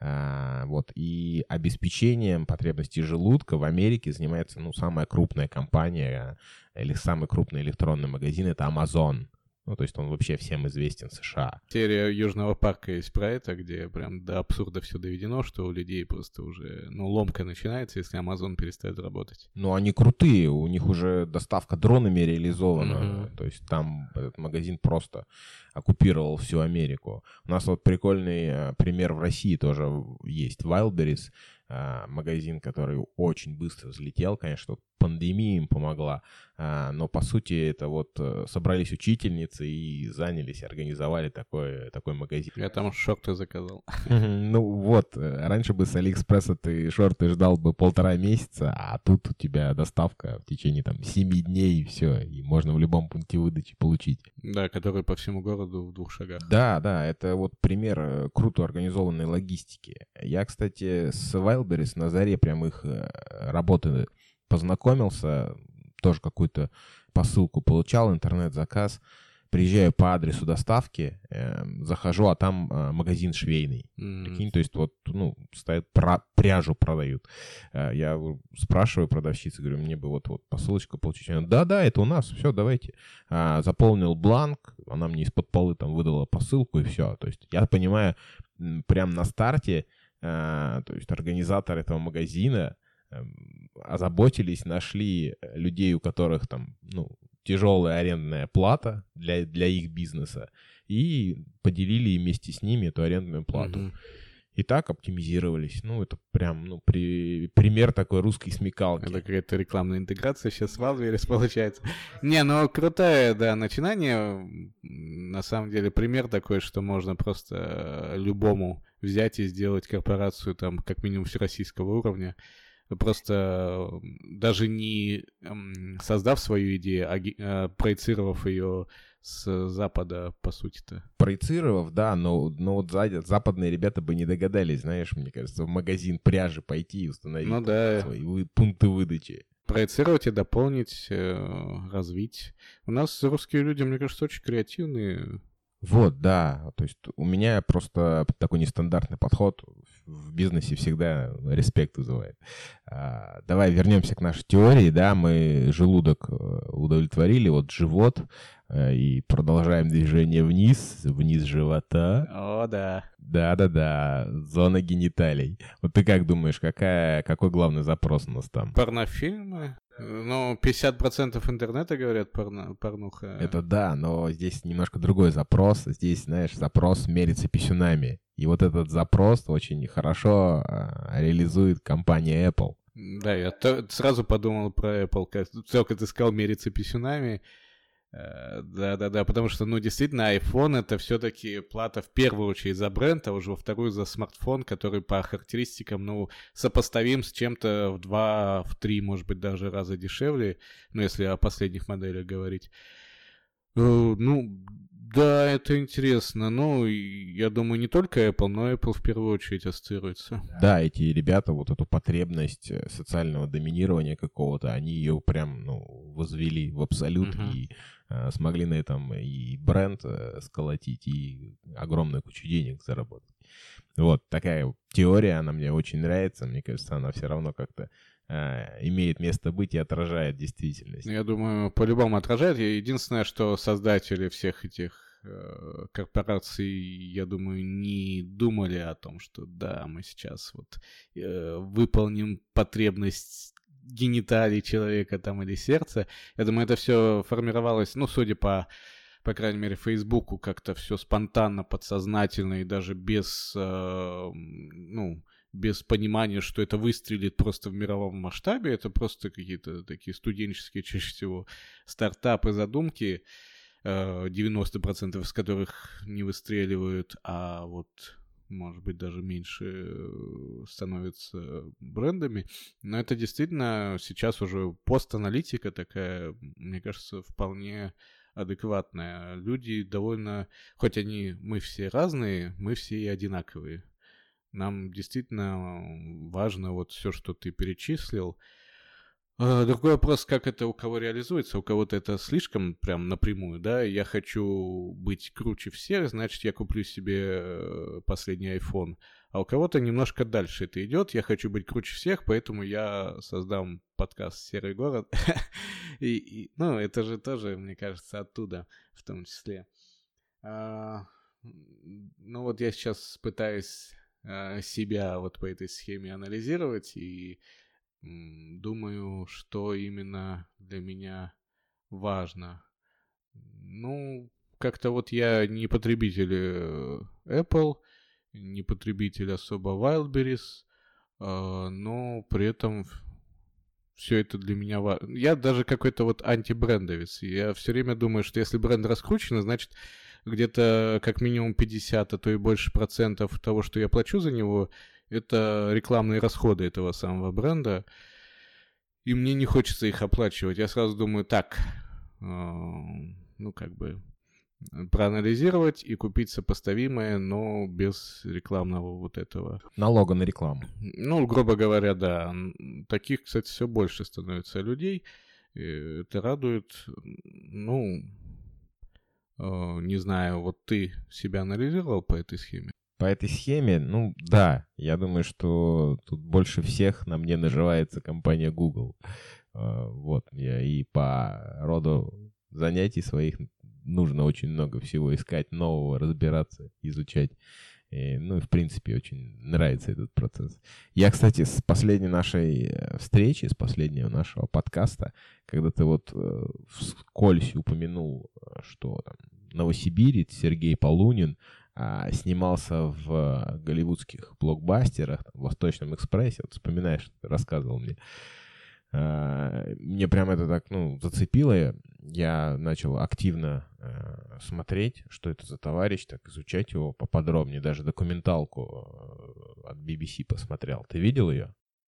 Вот. И обеспечением потребностей желудка в Америке занимается, ну, самая крупная компания или самый крупный электронный магазин — это Amazon. Ну, то есть он вообще всем известен в США. Серия Южного парка есть про это, где прям до абсурда все доведено, что у людей просто уже, ну, ломка начинается, если Amazon перестает работать. Ну, они крутые, у них уже доставка дронами реализована. Mm-hmm. То есть там этот магазин просто оккупировал всю Америку. У нас вот прикольный пример в России тоже есть. Wildberries, магазин, который очень быстро взлетел, конечно, пандемия им помогла, но по сути это вот собрались учительницы и занялись, организовали такой, такой магазин. Я там шорты заказал. Ну вот, раньше бы с Алиэкспресса ты шорты ждал бы полтора месяца, а тут у тебя доставка в течение там семи дней, и все, и можно в любом пункте выдачи получить. Да, который по всему городу в двух шагах. Да, да, это вот пример круто организованной логистики. Я, кстати, с Wildberries на заре прям их работы познакомился, тоже какую-то посылку получал, интернет-заказ, приезжаю по адресу доставки, э, захожу, а там э, магазин швейный. Mm-hmm. Прикинь, то есть вот, ну, стоят, про, пряжу продают. Э, я спрашиваю продавщицу, говорю, мне бы вот, вот посылочку получить. Она, да-да, это у нас, все, давайте. А, заполнил бланк, она мне из-под полы там выдала посылку, и все. То есть я понимаю, прям на старте, э, то есть организатор этого магазина озаботились, нашли людей, у которых там, ну, тяжелая арендная плата для, для их бизнеса, и поделили вместе с ними эту арендную плату. Mm-hmm. И так оптимизировались. Ну, это прям, ну, при, пример такой русской смекалки. Это какая-то рекламная интеграция сейчас с Wildberries получается. Не, ну, крутое, да, начинание. На самом деле, пример такой, что можно просто любому взять и сделать корпорацию, там, как минимум, всероссийского уровня. просто даже не м, создав свою идею, а ги- а проецировав ее с Запада, по сути-то. Проецировав, да, но, но вот за- западные ребята бы не догадались, знаешь, мне кажется, в магазин пряжи пойти и установить Ну там да, свои вы- пункты выдачи. проецировать и дополнить, э, развить. У нас русские люди, мне кажется, очень креативные. Вот, да. То есть у меня просто такой нестандартный подход в бизнесе всегда респект вызывает. А, давай вернемся к нашей теории, да, мы желудок э, удовлетворили, вот живот, э, и продолжаем движение вниз, вниз живота. О, да. Да-да-да, зона гениталий. Вот ты как думаешь, какая, какой главный запрос у нас там? Порнофильмы. Ну, пятьдесят процентов интернета, говорят, порно, порнуха. Это да, но здесь немножко другой запрос. Здесь, знаешь, запрос мерится писюнами. И вот этот запрос очень хорошо а, реализует компания Apple. Да, я то- сразу подумал про Apple, как только ты сказал мериться писюнами. Э, Да-да-да, потому что, ну, действительно, iPhone — это все-таки плата в первую очередь за бренд, а уже во вторую за смартфон, который по характеристикам, ну, сопоставим с чем-то в два, в три, может быть, даже раза дешевле, ну, если о последних моделях говорить. Э, Ну, да, это интересно. Ну, и я думаю, не только Apple, но Apple в первую очередь ассоциируется. Да, эти ребята вот эту потребность э, социального доминирования какого-то, они ее прям, ну, возвели в абсолют Мгм. и э, смогли на этом и бренд э, сколотить, и огромную кучу денег заработать. Вот такая теория, она мне очень нравится. Мне кажется, она все равно как-то э, имеет место быть и отражает действительность. Ну, я думаю, по-любому отражает. И единственное, что создатели всех этих э, корпораций, я думаю, не думали о том, что да, мы сейчас вот э, выполним потребность гениталий человека там или сердца. Я думаю, это все формировалось, ну, судя по по крайней мере, Фейсбуку, как-то все спонтанно, подсознательно и даже без, э, ну, без понимания, что это выстрелит просто в мировом масштабе. Это просто какие-то такие студенческие, чаще всего, стартапы, задумки, э, девяносто процентов из которых не выстреливают, а вот, может быть, даже меньше э, становятся брендами. Но это действительно сейчас уже пост-аналитика такая, мне кажется, вполне адекватная. Люди довольно, хоть они, мы все разные, мы все и одинаковые. Нам действительно важно вот все, что ты перечислил. А, Другой вопрос, как это у кого реализуется. У кого-то это слишком прям напрямую, да. Я хочу быть круче всех, значит, я куплю себе э, последний iPhone. А у кого-то немножко дальше это идет. Я хочу быть круче всех, поэтому я создам подкаст «Серый город». И, и, ну, это же тоже, мне кажется, оттуда в том числе. А, ну, вот я сейчас пытаюсь а, себя вот по этой схеме анализировать и м, думаю, что именно для меня важно. Ну, как-то вот я не потребитель э, Apple, не потребитель особо Wildberries, а, но при этом все это для меня важно. Я даже какой-то вот антибрендовец. Я все время думаю, что если бренд раскручен, значит, где-то как минимум пятьдесят, а то и больше процентов того, что я плачу за него, это рекламные расходы этого самого бренда. И мне не хочется их оплачивать. Я сразу думаю, так, э, ну, как бы, проанализировать и купить сопоставимое, но без рекламного вот этого. Налога на рекламу. Ну, грубо говоря, да. Н- Таких, кстати, все больше становится людей. И это радует. Ну, э, не знаю, вот ты себя анализировал по этой схеме? По этой схеме, ну да, я думаю, что тут больше всех на мне наживается компания Google. Э, Вот, я и по роду занятий своих нужно очень много всего искать, нового, разбираться, изучать. И, ну и в принципе очень нравится этот процесс. Я, кстати, с последней нашей э, встречи, с последнего нашего подкаста, когда ты вот э, вскользь упомянул, э, что там новосибирец Сергей Полунин а, снимался в голливудских блокбастерах, там, в «Восточном экспрессе», вот вспоминаешь, ты рассказывал мне. А, мне прям это так, ну, зацепило. Я начал активно э, смотреть, что это за товарищ, так изучать его поподробнее. Даже документалку э, от би би си посмотрел. Ты видел ее?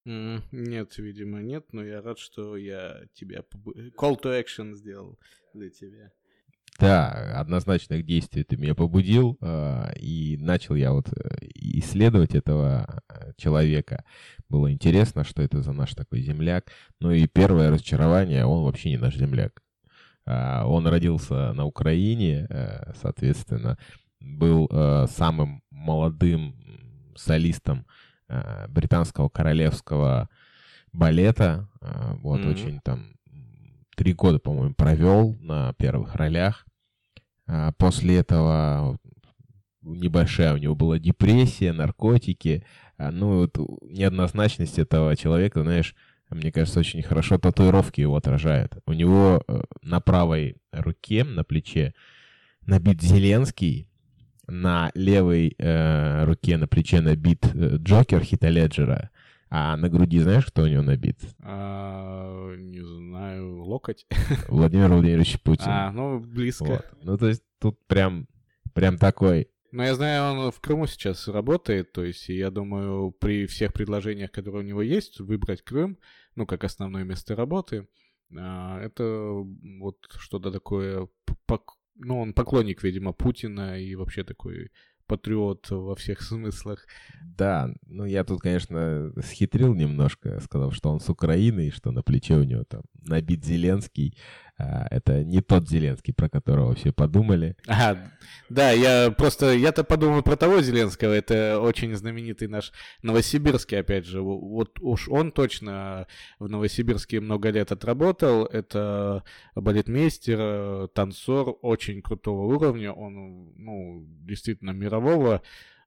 Mm, нет, видимо, нет, но я рад, что я тебя... Call to action сделал для тебя. Да, однозначных действий ты меня побудил, и начал я вот исследовать этого человека. Было интересно, что это за наш такой земляк. Ну и первое разочарование, он вообще не наш земляк. Он родился на Украине, соответственно, был самым молодым солистом британского королевского балета. Вот, mm-hmm. очень там три года, по-моему, провел на первых ролях. После этого небольшая у него была депрессия, наркотики. Ну, вот неоднозначность этого человека, знаешь, мне кажется, очень хорошо татуировки его отражают. У него на правой руке, на плече набит Зеленский, на левой э, руке, на плече набит Джокер Хита Леджера, а на груди знаешь, кто у него набит? А, не знаю, локоть. Владимир Владимирович Путин. А, ну, близко. Вот. Ну, то есть тут прям, прям такой... Ну, я знаю, он в Крыму сейчас работает, то есть я думаю, при всех предложениях, которые у него есть, выбрать Крым, ну, как основное место работы, это вот что-то такое, ну, он поклонник, видимо, Путина и вообще такой патриот во всех смыслах. Да, ну, я тут, конечно, схитрил немножко, сказав, что он с Украины, и что на плече у него там набит Зеленский. Это не тот Зеленский, про которого все подумали. А, да, я просто, я-то подумал про того Зеленского, это очень знаменитый наш новосибирский, опять же, вот уж он точно в Новосибирске много лет отработал, это балетмейстер, танцор очень крутого уровня, он, ну, действительно мирового,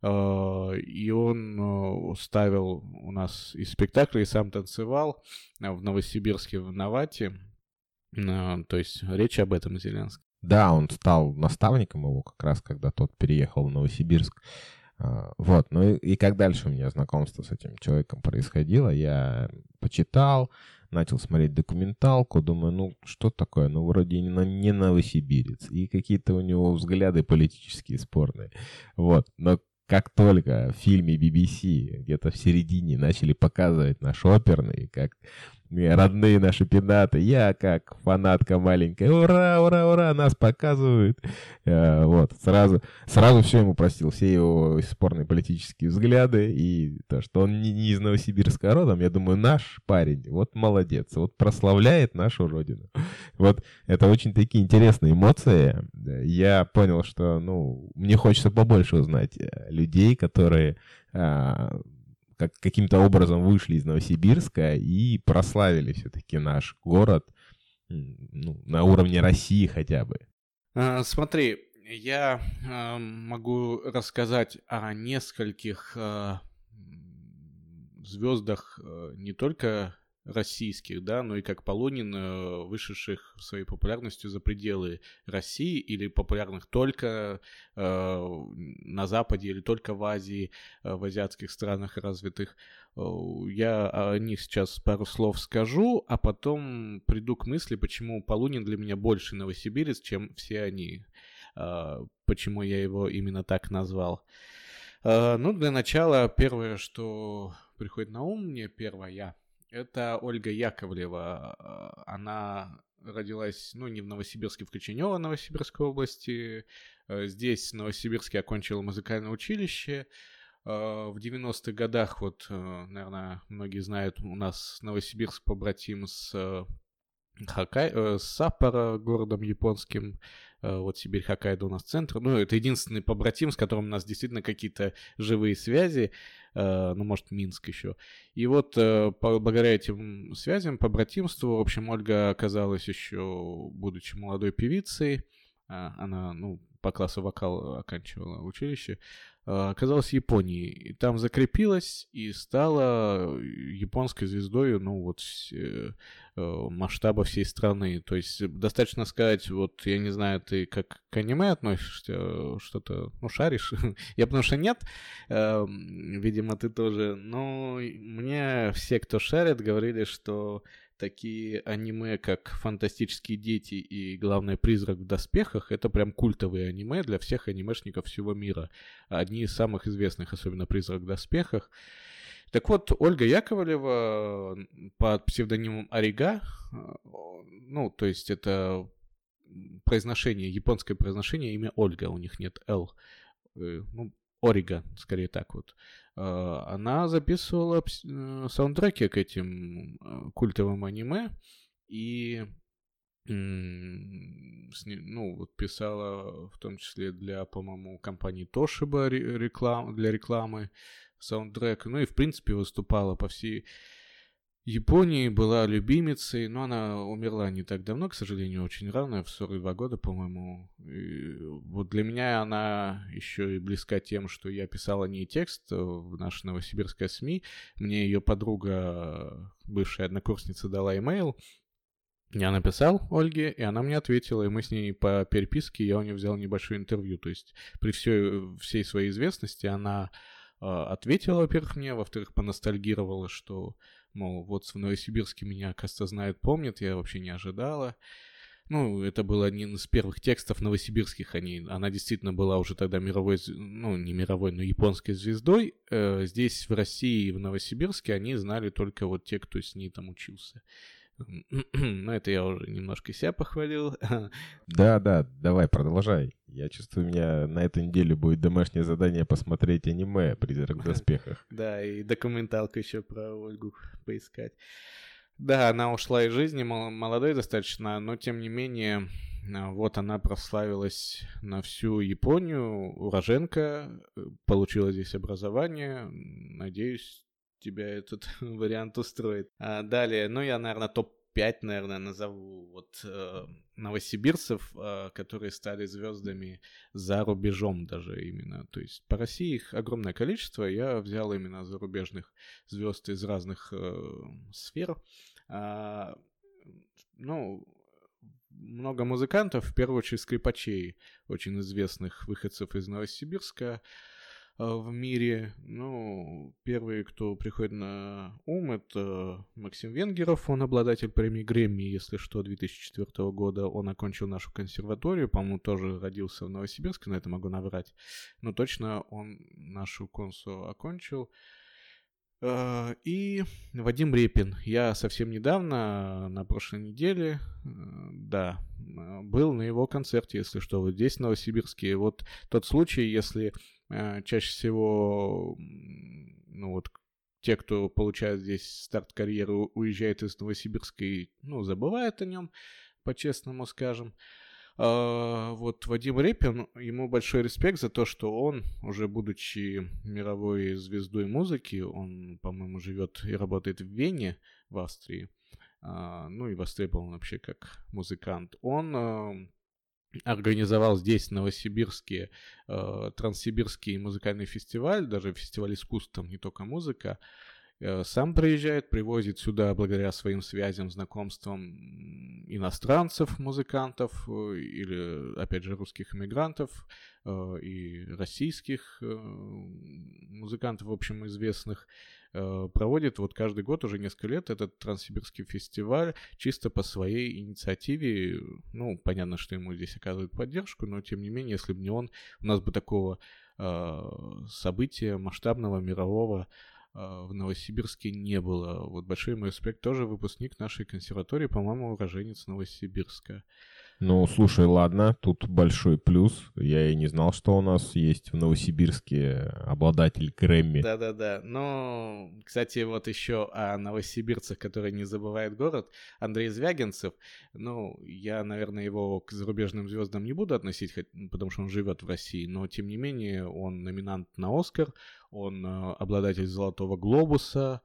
и он ставил у нас и спектакли, и сам танцевал в Новосибирске, в Навате. No, то есть речь об этом Зеленском. Да, он стал наставником его как раз, когда тот переехал в Новосибирск. Вот, ну и, и как дальше у меня знакомство с этим человеком происходило? Я почитал, начал смотреть документалку, думаю, ну что такое, ну вроде не, не новосибирец, и какие-то у него взгляды политические спорные. Вот, но как только в фильме би би си где-то в середине начали показывать наш оперный, как родные наши пенаты, я как фанатка маленькая, ура, ура, ура, нас показывают. Вот, сразу, сразу все ему простил, все его спорные политические взгляды и то, что он не, не из Новосибирска родом, я думаю, наш парень, вот молодец, вот прославляет нашу родину. Вот, это очень такие интересные эмоции. Я понял, что, ну, мне хочется побольше узнать людей, которые... как каким-то образом вышли из Новосибирска и прославили все-таки наш город, ну, на уровне России хотя бы. А, смотри, я а, могу рассказать о нескольких а, звездах а, не только российских, да, но и как Полунин, вышедших своей популярностью за пределы России или популярных только э, на Западе или только в Азии, э, в азиатских странах развитых. Я о них сейчас пару слов скажу, а потом приду к мысли, почему Полунин для меня больше новосибирец, чем все они, э, почему я его именно так назвал. Э, ну, для начала, первое, что приходит на ум мне, первое, это Ольга Яковлева. Она родилась, ну, не в Новосибирске, в Коченёво, Новосибирской области. Здесь, в Новосибирске, окончила музыкальное училище. В девяностых годах, вот, наверное, многие знают, у нас Новосибирск побратим с Хоккай... с Саппоро, городом японским. Вот Сибирь, Хоккайдо у нас центр. Ну, это единственный побратим, с которым у нас действительно какие-то живые связи. Ну, может, Минск еще. И вот благодаря этим связям, побратимству, в общем, Ольга оказалась еще, будучи молодой певицей, она, ну, по классу вокал оканчивала училище, оказалась в Японии. И там закрепилась и стала японской звездой, ну, вот, масштаба всей страны. То есть, достаточно сказать, вот, я не знаю, ты как к аниме относишься, что-то, ну, шаришь? Я потому что нет, видимо, ты тоже. Но мне все, кто шарит, говорили, что такие аниме, как «Фантастические дети» и, главное, «Призрак в доспехах», это прям культовые аниме для всех анимешников всего мира. Одни из самых известных, особенно «Призрак в доспехах». Так вот, Ольга Яковлева под псевдонимом Орига, ну, то есть это произношение, японское произношение, имя Ольга, у них нет «Л», ну, Орига, скорее так вот. Она записывала саундтреки к этим культовым аниме и, ну, вот писала в том числе для, по-моему, компании Toshiba реклам, для рекламы саундтрек, ну и, в принципе, выступала по всей Японии, была любимицей, но она умерла не так давно, к сожалению, очень рано, в сорок два года, по-моему. И вот для меня она еще и близка тем, что я писал о ней текст в наша новосибирская СМИ. Мне ее подруга, бывшая однокурсница, дала имейл. Я написал Ольге, и она мне ответила, и мы с ней по переписке, я у нее взял небольшое интервью. То есть при всей, всей своей известности она э, ответила, во-первых, мне, во-вторых, поностальгировала, что, мол, вот в Новосибирске меня, оказывается, знают, помнят, я вообще не ожидала. Ну, это был один из первых текстов новосибирских о ней. Она действительно была уже тогда мировой, ну, не мировой, но японской звездой. Э, здесь, в России и в Новосибирске, они знали только вот те, кто с ней там учился. Ну, это я уже немножко себя похвалил. Да, да, давай, продолжай. Я чувствую, у меня на этой неделе будет домашнее задание посмотреть аниме «Призрак в доспехах». Да, и документалку еще про Ольгу поискать. Да, она ушла из жизни, молодой достаточно, но тем не менее, вот она прославилась на всю Японию, уроженка, получила здесь образование, надеюсь, тебя этот вариант устроит. А далее, ну, я, наверное, топ пять, наверное, назову вот э, новосибирцев, э, которые стали звездами за рубежом даже именно. То есть по России их огромное количество. Я взял именно зарубежных звезд из разных э, сфер. А, ну, много музыкантов, в первую очередь скрипачей, очень известных выходцев из Новосибирска в мире. Ну, первый, кто приходит на ум, это Максим Венгеров, он обладатель премии Грэмми, если что, две тысячи четвёртого года. Он окончил нашу консерваторию, по-моему, тоже родился в Новосибирске, но это могу наврать. Но точно он нашу консу окончил. И Вадим Репин. Я совсем недавно, на прошлой неделе, да, был на его концерте, если что, вот здесь, в Новосибирске. Вот тот случай, если чаще всего, ну вот, те, кто получает здесь старт карьеры, уезжают из Новосибирска и, ну, забывают о нем, по-честному скажем. Uh, вот Вадим Репин, ему большой респект за то, что он, уже будучи мировой звездой музыки, он, по-моему, живет и работает в Вене, в Австрии, uh, ну и востребован вообще как музыкант. Он uh, организовал здесь, в Новосибирске, uh, Транссибирский музыкальный фестиваль, даже фестиваль искусств, там не только музыка. Сам приезжает, привозит сюда благодаря своим связям, знакомствам иностранцев, музыкантов или, опять же, русских иммигрантов и российских музыкантов, в общем, известных. Проводит вот каждый год уже несколько лет этот Транссибирский фестиваль чисто по своей инициативе. Ну, понятно, что ему здесь оказывают поддержку, но тем не менее, если бы не он, у нас бы такого события масштабного, мирового в Новосибирске не было. Вот большой мой респект, тоже выпускник нашей консерватории, по-моему, уроженец Новосибирска. Ну, слушай, ладно, тут большой плюс. Я и не знал, что у нас есть в Новосибирске обладатель Грэмми. Да-да-да. Ну, кстати, вот еще о новосибирцах, которые не забывают город. Андрей Звягинцев. Ну, я, наверное, его к зарубежным звездам не буду относить, потому что он живет в России, но, тем не менее, он номинант на Оскар, он обладатель Золотого глобуса.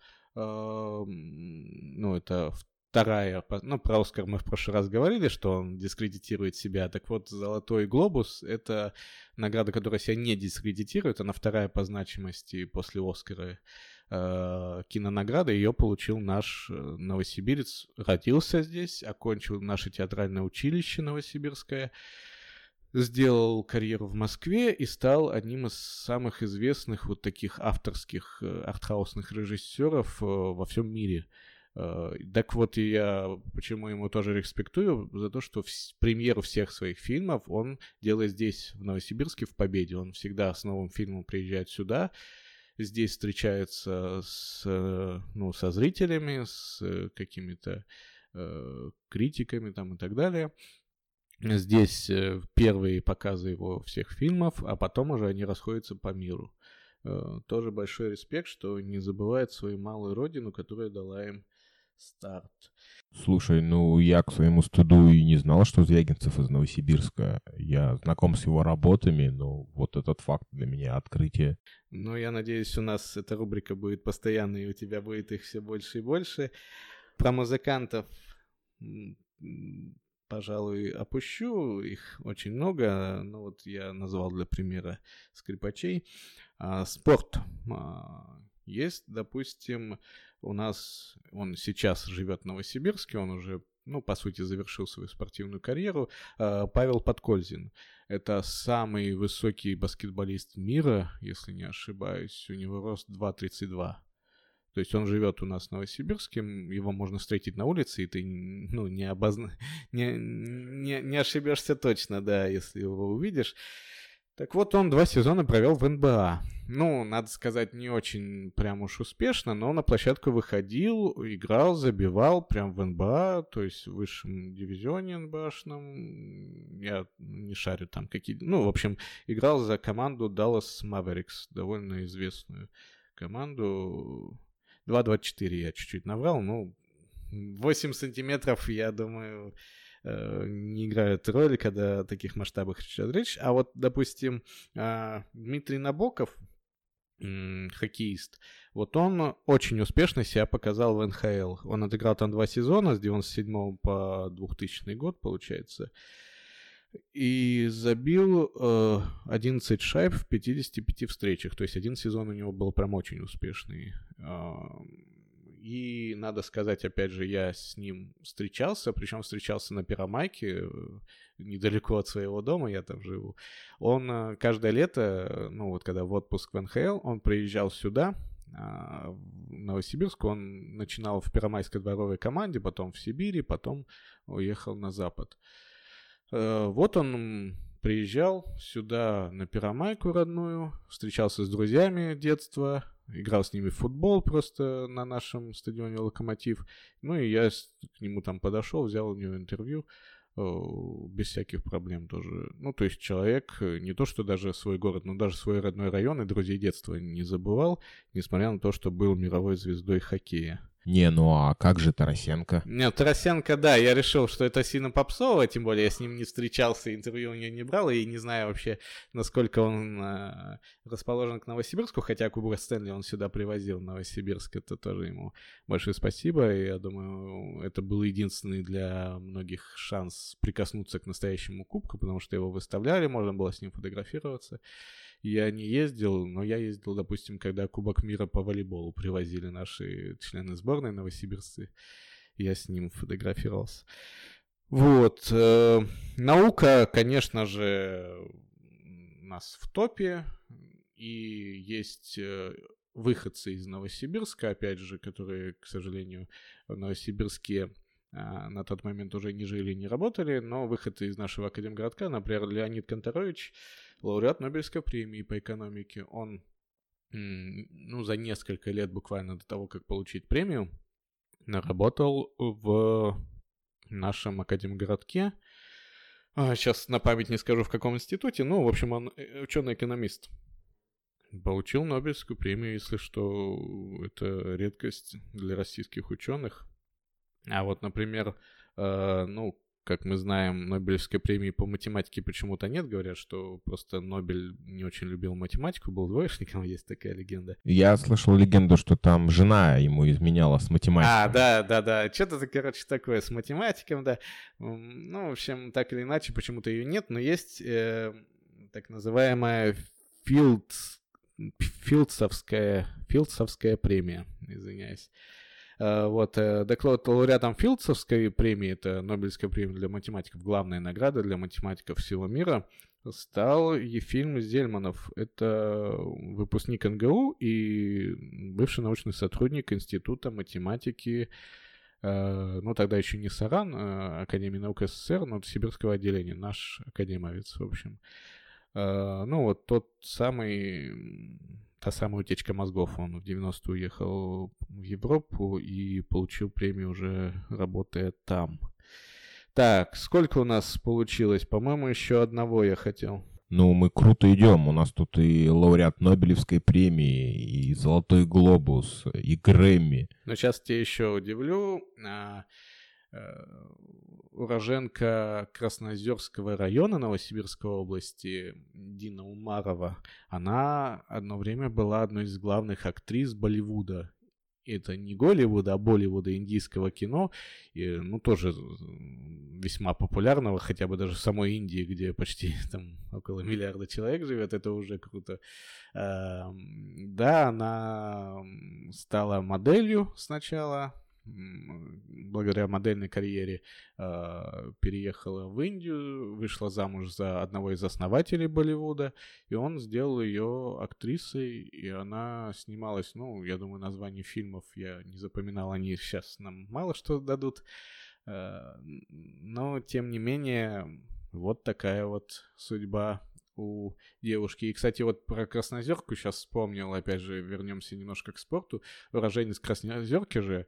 Ну, это вторая, ну, про Оскар мы в прошлый раз говорили, что он дискредитирует себя. Так вот, Золотой глобус — это награда, которая себя не дискредитирует, она вторая по значимости после Оскара э, кинонаграда. Ее получил наш новосибирец, родился здесь, окончил наше театральное училище новосибирское, сделал карьеру в Москве и стал одним из самых известных вот таких авторских артхаусных режиссеров во всем мире. Так вот, и я почему ему тоже респектую, за то, что в премьеру всех своих фильмов он делает здесь, в Новосибирске, в Победе. Он всегда с новым фильмом приезжает сюда, здесь встречается с, ну, со зрителями, с какими-то э, критиками там и так далее. Здесь э, первые показы его всех фильмов, а потом уже они расходятся по миру. Э, тоже большой респект, что не забывает свою малую родину, которая дала им старт. Слушай, ну я к своему стыду и не знал, что Звягинцев из Новосибирска. Я знаком с его работами, но вот этот факт для меня открытие. Ну, я надеюсь, у нас эта рубрика будет постоянной, и у тебя будет их все больше и больше. Про музыкантов, пожалуй, опущу, их очень много. Ну, вот я назвал для примера скрипачей. А, спорт. А, есть, допустим, у нас, он сейчас живет в Новосибирске, он уже, ну, по сути, завершил свою спортивную карьеру, Павел Подкользин. Это самый высокий баскетболист мира, если не ошибаюсь, у него рост два тридцать два. То есть он живет у нас в Новосибирске, его можно встретить на улице, и ты, ну, не, обозна... не, не, не ошибешься точно, да, если его увидишь. Так вот, он два сезона провел в эн бэ а. Ну, надо сказать, не очень прям уж успешно, но на площадку выходил, играл, забивал прям в эн бэ а, то есть в высшем дивизионе эн бэ ашном. Я не шарю там какие... Ну, в общем, играл за команду Dallas Mavericks, довольно известную команду. два двадцать четыре я чуть-чуть наврал, ну, восемь сантиметров, я думаю... не играют роли, когда о таких масштабах идет речь. А вот, допустим, Дмитрий Набоков, хоккеист, вот он очень успешно себя показал в эн ха эл. Он отыграл там два сезона, с девяносто седьмого по двухтысячный год, получается, и забил э, одиннадцать шайб в пятидесяти пяти встречах. То есть один сезон у него был прям очень успешный. И надо сказать, опять же, я с ним встречался, причем встречался на Первомайке, недалеко от своего дома, я там живу. Он каждое лето, ну вот когда в отпуск в эн ха эл, он приезжал сюда, в Новосибирск. Он начинал в Первомайской дворовой команде, потом в Сибири, потом уехал на запад. Вот он приезжал сюда на Первомайку родную, встречался с друзьями детства, играл с ними в футбол просто на нашем стадионе «Локомотив». Ну и я к нему там подошел, взял у него интервью, без всяких проблем тоже. Ну, то есть человек не то, что даже свой город, но даже свой родной район и друзей детства не забывал, несмотря на то, что был мировой звездой хоккея. Не, ну а как же Тарасенко? Нет, Тарасенко, да, я решил, что это сильно попсово, тем более я с ним не встречался, интервью у него не брал, и не знаю вообще, насколько он э, расположен к Новосибирску, хотя Кубок Стэнли он сюда привозил в Новосибирск, это тоже ему большое спасибо, и я думаю, это был единственный для многих шанс прикоснуться к настоящему кубку, потому что его выставляли, можно было с ним фотографироваться. Я не ездил, но я ездил, допустим, когда Кубок мира по волейболу привозили наши члены сборной новосибирцы. Я с ним фотографировался. Вот. Э, наука, конечно же, у нас в топе. И есть э, выходцы из Новосибирска, опять же, которые, к сожалению, в Новосибирске э, на тот момент уже не жили, не работали. Но выходцы из нашего академгородка, например, Леонид Конторович, лауреат Нобелевской премии по экономике. Он, ну, за несколько лет буквально до того, как получить премию, работал в нашем академгородке. Сейчас на память не скажу, в каком институте, но, в общем, он ученый-экономист. Получил Нобелевскую премию, если что, это редкость для российских ученых. А вот, например, ну, как мы знаем, Нобелевской премии по математике почему-то нет. Говорят, что просто Нобель не очень любил математику, был двоечником, есть такая легенда. Я слышал легенду, что там жена ему изменяла с математикой. А, да, да, да. Что-то, короче, такое с математиком, да. Ну, в общем, так или иначе, почему-то ее нет, но есть э, так называемая Филдс, Филдсовская, Филдсовская премия, извиняюсь. Вот, так вот, лауреатом Филдсовской премии, это Нобелевская премия для математиков, главная награда для математиков всего мира, стал Ефим Зельманов. Это выпускник эн гэ у и бывший научный сотрудник Института математики, ну, тогда еще не САРАН, Академии наук эс эс эс эр, но Сибирского отделения, наш академовец, в общем. Ну, вот тот самый та самая утечка мозгов. Он в девяностые уехал в Европу и получил премию, уже работая там. Так, сколько у нас получилось? По-моему, еще одного я хотел. Ну, мы круто идем. У нас тут и лауреат Нобелевской премии, и Золотой глобус, и Грэмми. Но сейчас тебя еще удивлю. Уроженка Красноозерского района Новосибирской области Дина Умарова, она одно время была одной из главных актрис Болливуда. Это не Голливуда, а Болливуда, индийского кино, и, ну, тоже весьма популярного, хотя бы даже в самой Индии, где почти там около миллиарда человек живет, это уже круто. А, да, она стала моделью сначала, благодаря модельной карьере э, переехала в Индию, вышла замуж за одного из основателей Болливуда, и он сделал ее актрисой, и она снималась, ну, я думаю, названий фильмов я не запоминал, они сейчас нам мало что дадут, э, но, тем не менее, вот такая вот судьба у девушки. И, кстати, вот про Красноозерку сейчас вспомнил, опять же, вернемся немножко к спорту. Уроженец Красноозерки же,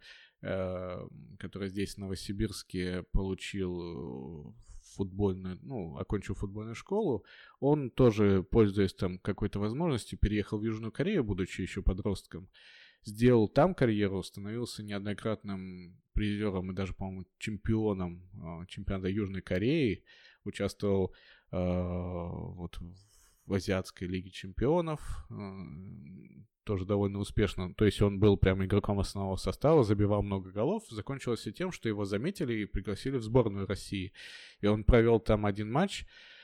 который здесь, в Новосибирске, получил футбольную, ну, окончил футбольную школу, он тоже, пользуясь там какой-то возможностью, переехал в Южную Корею, будучи еще подростком, сделал там карьеру, становился неоднократным призером и даже, по-моему, чемпионом чемпионата Южной Кореи, участвовал э, вот в Азиатской лиге чемпионов, э, тоже довольно успешно. То есть он был прям игроком основного состава, забивал много голов. Закончилось все тем, что его заметили и пригласили в сборную России. И он провел там один матч,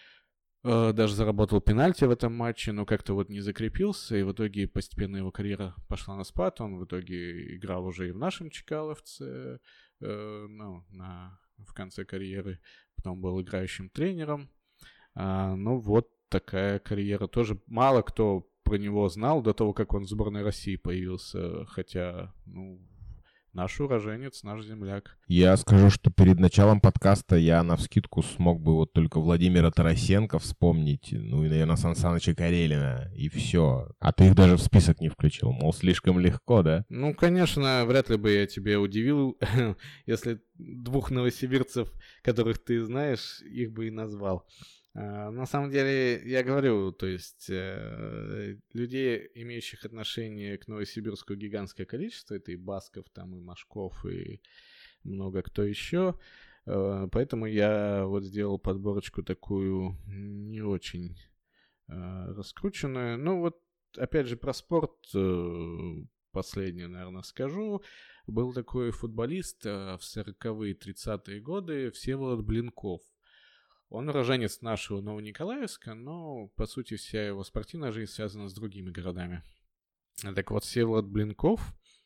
э, даже заработал пенальти в этом матче, но как-то вот не закрепился, и в итоге постепенно его карьера пошла на спад. Он в итоге играл уже и в нашем Чкаловце, э, ну, на, в конце карьеры. Потом был играющим тренером. А, ну вот такая карьера. Тоже мало кто про него знал до того, как он в сборной России появился, хотя, ну, наш уроженец, наш земляк. Я скажу, что перед началом подкаста я навскидку смог бы вот только Владимира Тарасенко вспомнить, ну и, наверное, Сан Саныча Карелина, и все. А ты их даже в список не включил, мол, слишком легко, да? Ну, конечно, вряд ли бы я тебя удивил, если двух новосибирцев, которых ты знаешь, их бы и назвал. Uh, на самом деле, я говорю, то есть uh, людей, имеющих отношение к Новосибирску, гигантское количество. Это и Басков, там, и Машков, и много кто еще. Uh, поэтому я вот сделал подборочку такую не очень uh, раскрученную. Ну вот, опять же, про спорт uh, последнее, наверное, скажу. Был такой футболист uh, в сороковые, тридцатые годы, Всеволод Блинков. Он уроженец нашего Новониколаевска, но, по сути, вся его спортивная жизнь связана с другими городами. Так вот, Всеволод Блинков,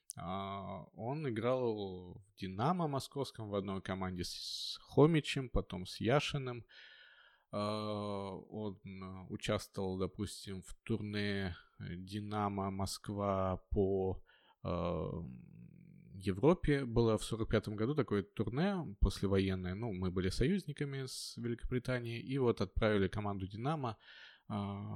он играл в «Динамо» московском в одной команде с Хомичем, потом с Яшиным. Он участвовал, допустим, в турне «Динамо Москва» по Европе. Было в сорок пятом году такое турне послевоенное. Ну, мы были союзниками с Великобританией. И вот отправили команду «Динамо» э,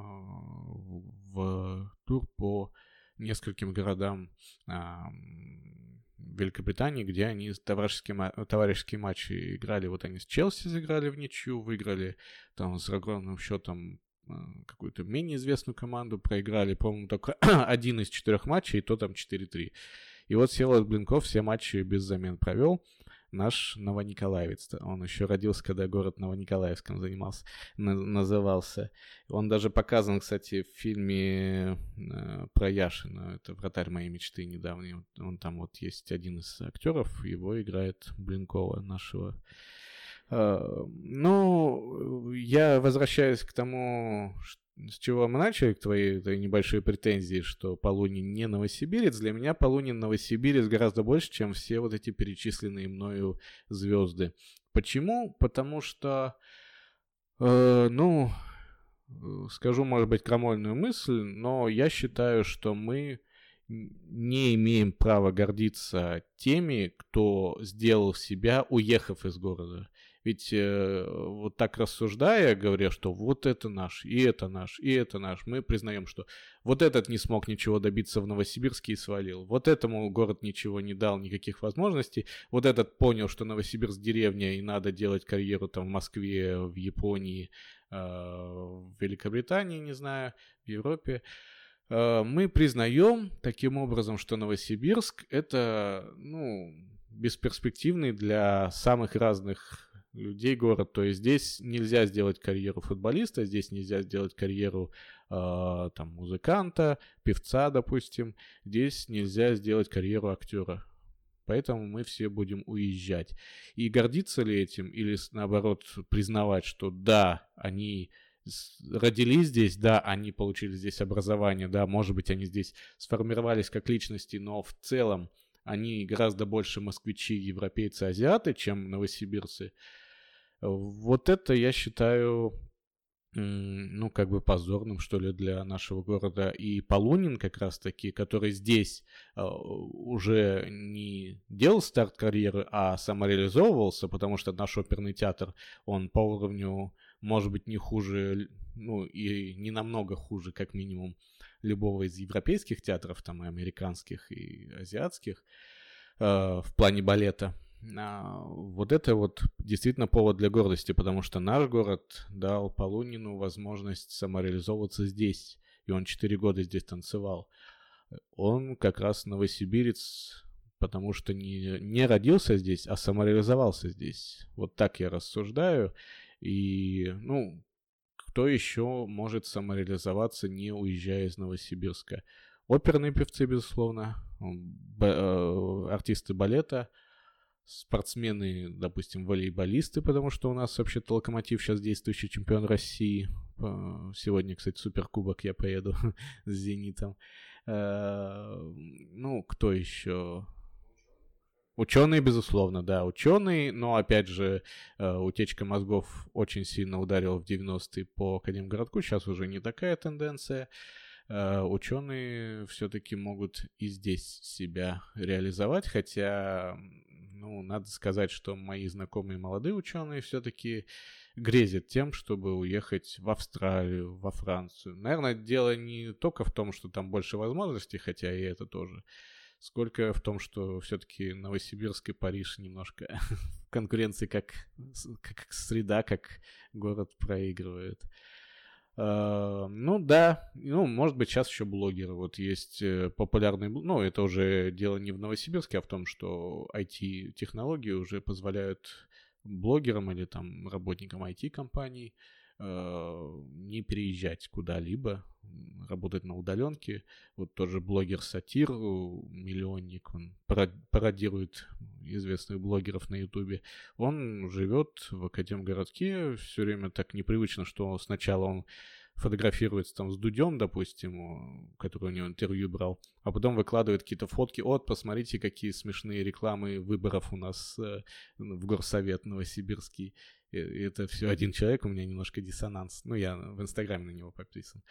в тур по нескольким городам э, Великобритании, где они товарищеские, товарищеские матчи играли. Вот они с Челси сыграли в ничью, выиграли там с огромным счетом э, какую-то менее известную команду, проиграли, по-моему, только один из четырех матчей, и то там четыре-три. И вот Всеволод Блинков все матчи без замен провел. Наш новониколаевец. Он еще родился, когда город Новониколаевском занимался, на, назывался. Он даже показан, кстати, в фильме э, про Яшина. Это «Вратарь моей мечты» недавний. Он там вот есть один из актеров, его играет Блинкова, нашего. Э, ну, я возвращаюсь к тому, что с чего мы начали, к твоей, твоей небольшой претензии, что Полунин не новосибирец. Для меня Полунин новосибирец гораздо больше, чем все вот эти перечисленные мною звезды. Почему? Потому что, э, ну, скажу, может быть, крамольную мысль, но я считаю, что мы не имеем права гордиться теми, кто сделал себя, уехав из города. Ведь э, вот так рассуждая, говоря, что вот это наш, и это наш, и это наш, мы признаем, что вот этот не смог ничего добиться в Новосибирске и свалил, вот этому город ничего не дал, никаких возможностей, вот этот понял, что Новосибирск деревня и надо делать карьеру там в Москве, в Японии, э, в Великобритании, не знаю, в Европе. Э, мы признаем таким образом, что Новосибирск это, ну, бесперспективный для самых разных людей город, то есть здесь нельзя сделать карьеру футболиста, здесь нельзя сделать карьеру э, там музыканта, певца, допустим, здесь нельзя сделать карьеру актера. Поэтому мы все будем уезжать. И гордиться ли этим или наоборот признавать, что да, они родились здесь, да, они получили здесь образование, да, может быть, они здесь сформировались как личности, но в целом они гораздо больше москвичи, европейцы, азиаты, чем новосибирцы. Вот это я считаю, ну, как бы позорным, что ли, для нашего города. И Полунин как раз-таки, который здесь э, уже не делал старт карьеры, а самореализовывался, потому что наш оперный театр, он по уровню, может быть, не хуже, ну, и не намного хуже, как минимум, любого из европейских театров, там, и американских, и азиатских, э, в плане балета. А вот это вот действительно повод для гордости, потому что наш город дал Полунину возможность самореализовываться здесь, и он четыре года здесь танцевал. Он как раз новосибирец, потому что не, не родился здесь, а самореализовался здесь. Вот так я рассуждаю. И, ну, кто еще может самореализоваться, не уезжая из Новосибирска? Оперные певцы, безусловно, б- артисты балета, спортсмены, допустим, волейболисты, потому что у нас вообще-то Локомотив сейчас действующий чемпион России. Сегодня, кстати, суперкубок я поеду с Зенитом. Ну, кто еще? Ученые, безусловно, да, ученые, но, опять же, утечка мозгов очень сильно ударила в девяностые по Академгородку, сейчас уже не такая тенденция. Ученые все-таки могут и здесь себя реализовать, хотя, ну, надо сказать, что мои знакомые молодые ученые все-таки грезят тем, чтобы уехать в Австралию, во Францию. Наверное, дело не только в том, что там больше возможностей, хотя и это тоже, сколько в том, что все-таки Новосибирск и Париж немножко в конкуренции как, как среда, как город проигрывает. Uh, ну да, ну может быть сейчас еще блогеры, вот есть э, популярные, ну это уже дело не в Новосибирске, а в том, что ай ти-технологии уже позволяют блогерам или там работникам ай ти-компаний э, не переезжать куда-либо, работать на удаленке. Вот тоже блогер Сатир, миллионник, он пародирует известных блогеров на Ютубе. Он живет в Академгородке, все время так непривычно, что сначала он фотографируется там с Дудем, допустим, который у него интервью брал, а потом выкладывает какие-то фотки. Вот, посмотрите, какие смешные рекламы выборов у нас э, в горсовет новосибирский. И это все один человек, у меня немножко диссонанс. Ну, я в Инстаграме на него подписан.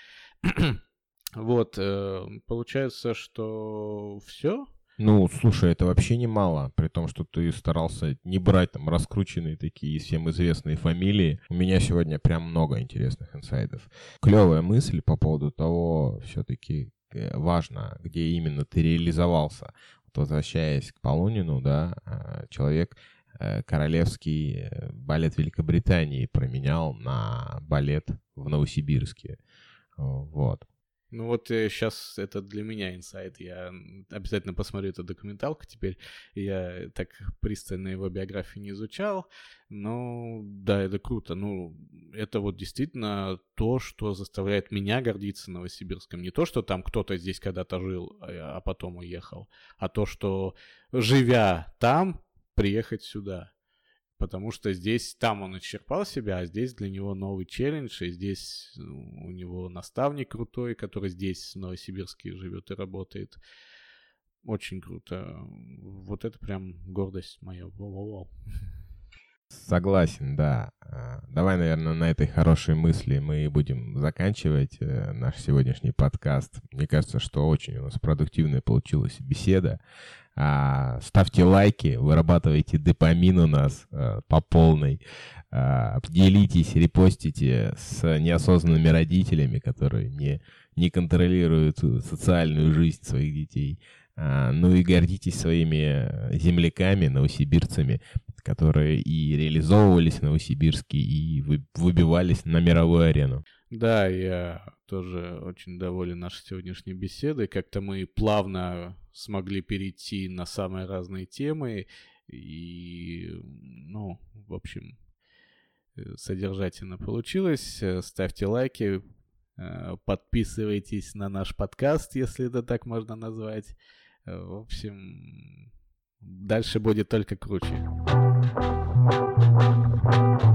Вот, э, получается, что все. Ну, слушай, это вообще немало, при том, что ты старался не брать там раскрученные такие всем известные фамилии. У меня сегодня прям много интересных инсайдов. Клевая мысль по поводу того, все-таки важно, где именно ты реализовался. Вот возвращаясь к Полунину, да, человек королевский балет Великобритании променял на балет в Новосибирске. Вот. Ну вот сейчас это для меня инсайт. Я обязательно посмотрю эту документалку теперь. Я так пристально его биографию не изучал. Но да, это круто. Ну, это вот действительно то, что заставляет меня гордиться Новосибирском. Не то, что там кто-то здесь когда-то жил, а потом уехал, а то, что живя там, приехать сюда. Потому что здесь, там он исчерпал себя, а здесь для него новый челлендж, и здесь у него наставник крутой, который здесь, в Новосибирске, живет и работает. Очень круто. Вот это прям гордость моя. Воу-воу-воу. Согласен, да. А, Давай, наверное, на этой хорошей мысли мы будем заканчивать э, наш сегодняшний подкаст. Мне кажется, что очень у нас продуктивная получилась беседа. А, Ставьте лайки, вырабатывайте допамин у нас э, по полной. А, Делитесь, репостите с неосознанными родителями, которые не, не контролируют социальную жизнь своих детей. А, Ну и гордитесь своими земляками, новосибирцами, которые и реализовывались в Новосибирске, и вы- выбивались на мировую арену. Да, я тоже очень доволен нашей сегодняшней беседой. Как-то мы плавно смогли перейти на самые разные темы. И, ну, в общем, э, содержательно получилось. Э, Ставьте лайки, э, подписывайтесь на наш подкаст, если это так можно назвать. Э, В общем, дальше будет только круче.